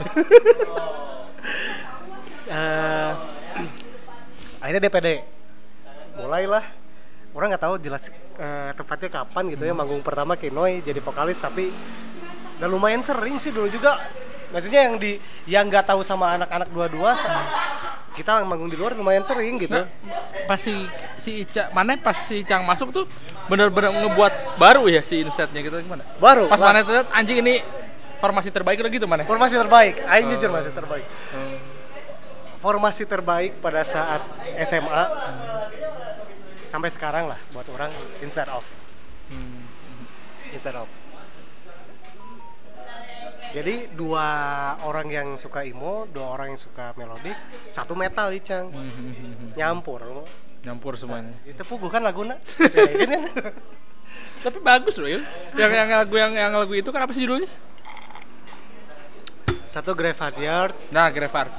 akhirnya DPD. Mulailah. Orang nggak tahu jelas tepatnya kapan gitu ya, manggung pertama Kinoy jadi vokalis, tapi udah lumayan sering sih dulu juga. Maksudnya yang nggak tahu sama anak-anak dua-dua, kita manggung di luar lumayan sering gitu. Nah, pas si Icang masuk tuh benar-benar ngebuat baru ya si insetnya gitu gimana? Baru. Pas mana tuh anjing ini formasi terbaik udah gitu mana? Formasi terbaik. Aing jujur masih terbaik. Formasi terbaik pada saat SMA. Sampai sekarang lah buat orang inside off. Inside off. Jadi 2 orang yang suka emo, 2 orang yang suka melodik, 1 metal Icang. Nyampur semuanya. Nah, itu puguh kan laguna. Tapi bagus loh ya. Yang lagu itu kan apa sih judulnya? Satu Grave Heart. Nah, Grave Heart.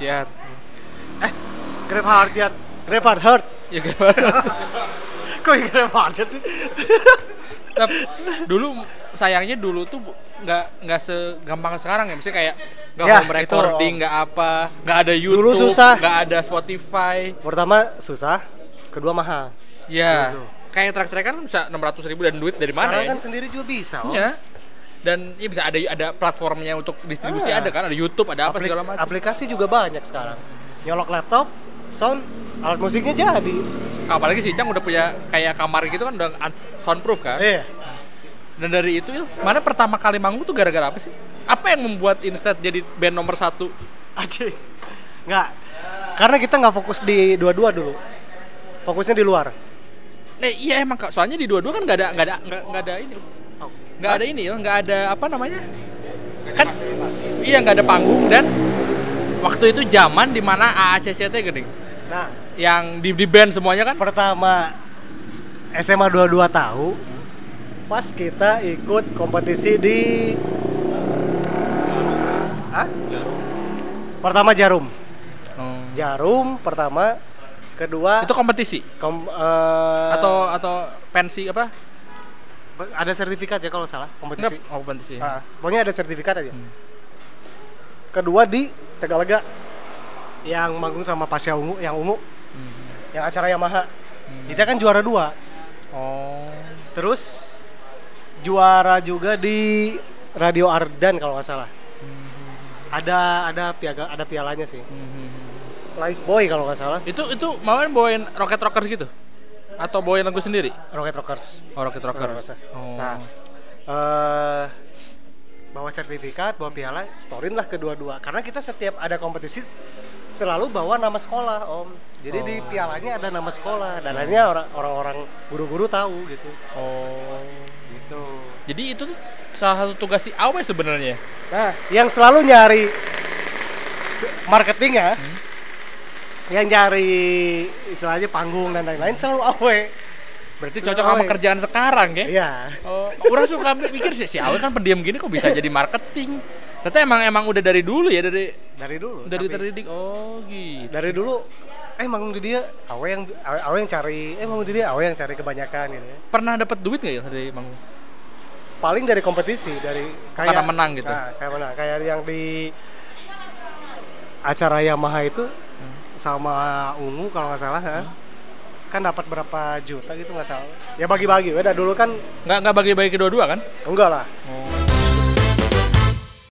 Grave Heart. Ya Grave Heart. Kok Grave Heart sih? Tapi dulu sayangnya dulu tuh nggak segampang sekarang ya, mesti kayak nggak Ya, home recording, nggak apa, nggak ada YouTube, Dulu susah. nggak ada Spotify. Pertama susah, kedua mahal. Ya, Gitu. kayak track-track kan bisa 600.000 dan duit dari Sekarang mana ya? kan sendiri juga bisa. Ya. Dan ya bisa ada platformnya untuk distribusi, ada kan, ada YouTube, ada apa segala macam. Aplikasi juga banyak sekarang. Nyolok laptop, sound, alat musiknya jadi. Apalagi si Icang udah punya kayak kamar gitu kan, udah soundproof kan. Iya. Dan dari itu mana pertama kali manggung tuh gara-gara apa sih? Apa yang membuat Instead jadi band nomor 1? Anjing. Enggak. Karena kita nggak fokus di dua-dua dulu. Fokusnya di luar. Iya emang Kak, soalnya di dua-dua kan nggak ada ini. Nggak ada ini ya, nggak ada apa namanya? Kan iya nggak ada panggung, dan waktu itu zaman dimana AACCT gede. Nah, yang di band semuanya kan. pertama SMA 22 tahu pas kita ikut kompetisi di pertama Jarum. Jarum pertama, kedua Itu kompetisi atau pensi apa? ada sertifikat ya kalau salah kompetisi. Enggak, kompetisi. Pokoknya ada sertifikat aja. Kedua di Tegalega yang manggung sama Pasya Ungu, yang ungu, yang acara Yamaha. Dia kan juara 2. Terus juara juga di Radio Ardan kalau nggak salah. Ada pialanya sih. Live Boy kalau nggak salah. Itu main bawain Rocket Rockers gitu? Atau bawain lagu sendiri? Rocket Rockers. Rocket Rockers. Nah, bawa sertifikat, bawa piala, storin lah kedua-dua. Karena kita setiap ada kompetisi selalu bawa nama sekolah, Om. Jadi di pialanya ada nama sekolah, dan akhirnya orang-orang guru-guru tahu gitu. Gitu. Jadi itu tuh salah satu tugas si Awe sebenarnya. Nah, yang selalu nyari marketingnya, yang nyari istilahnya panggung dan lain-lain selalu Awe. Berarti cocok sama kerjaan sekarang ya? Iya. Orang suka mikir si Awe kan pendiam gini kok bisa jadi marketing. Ternyata emang udah dari dulu ya, dari dulu terdidik. Oh gitu. dari dulu emang di dia awe yang cari emang di dia awe yang cari kebanyakan gitu ya. Pernah dapat duit nggak ya dari Manggung? Paling dari kompetisi, dari Karena menang gitu. Nah, kayak mana? Kayak yang di acara Yamaha itu sama Ungu kalau nggak salah kan dapat berapa juta gitu nggak salah. Ya bagi-bagi, udah dulu kan nggak bagi-bagi kedua-dua kan? enggak lah.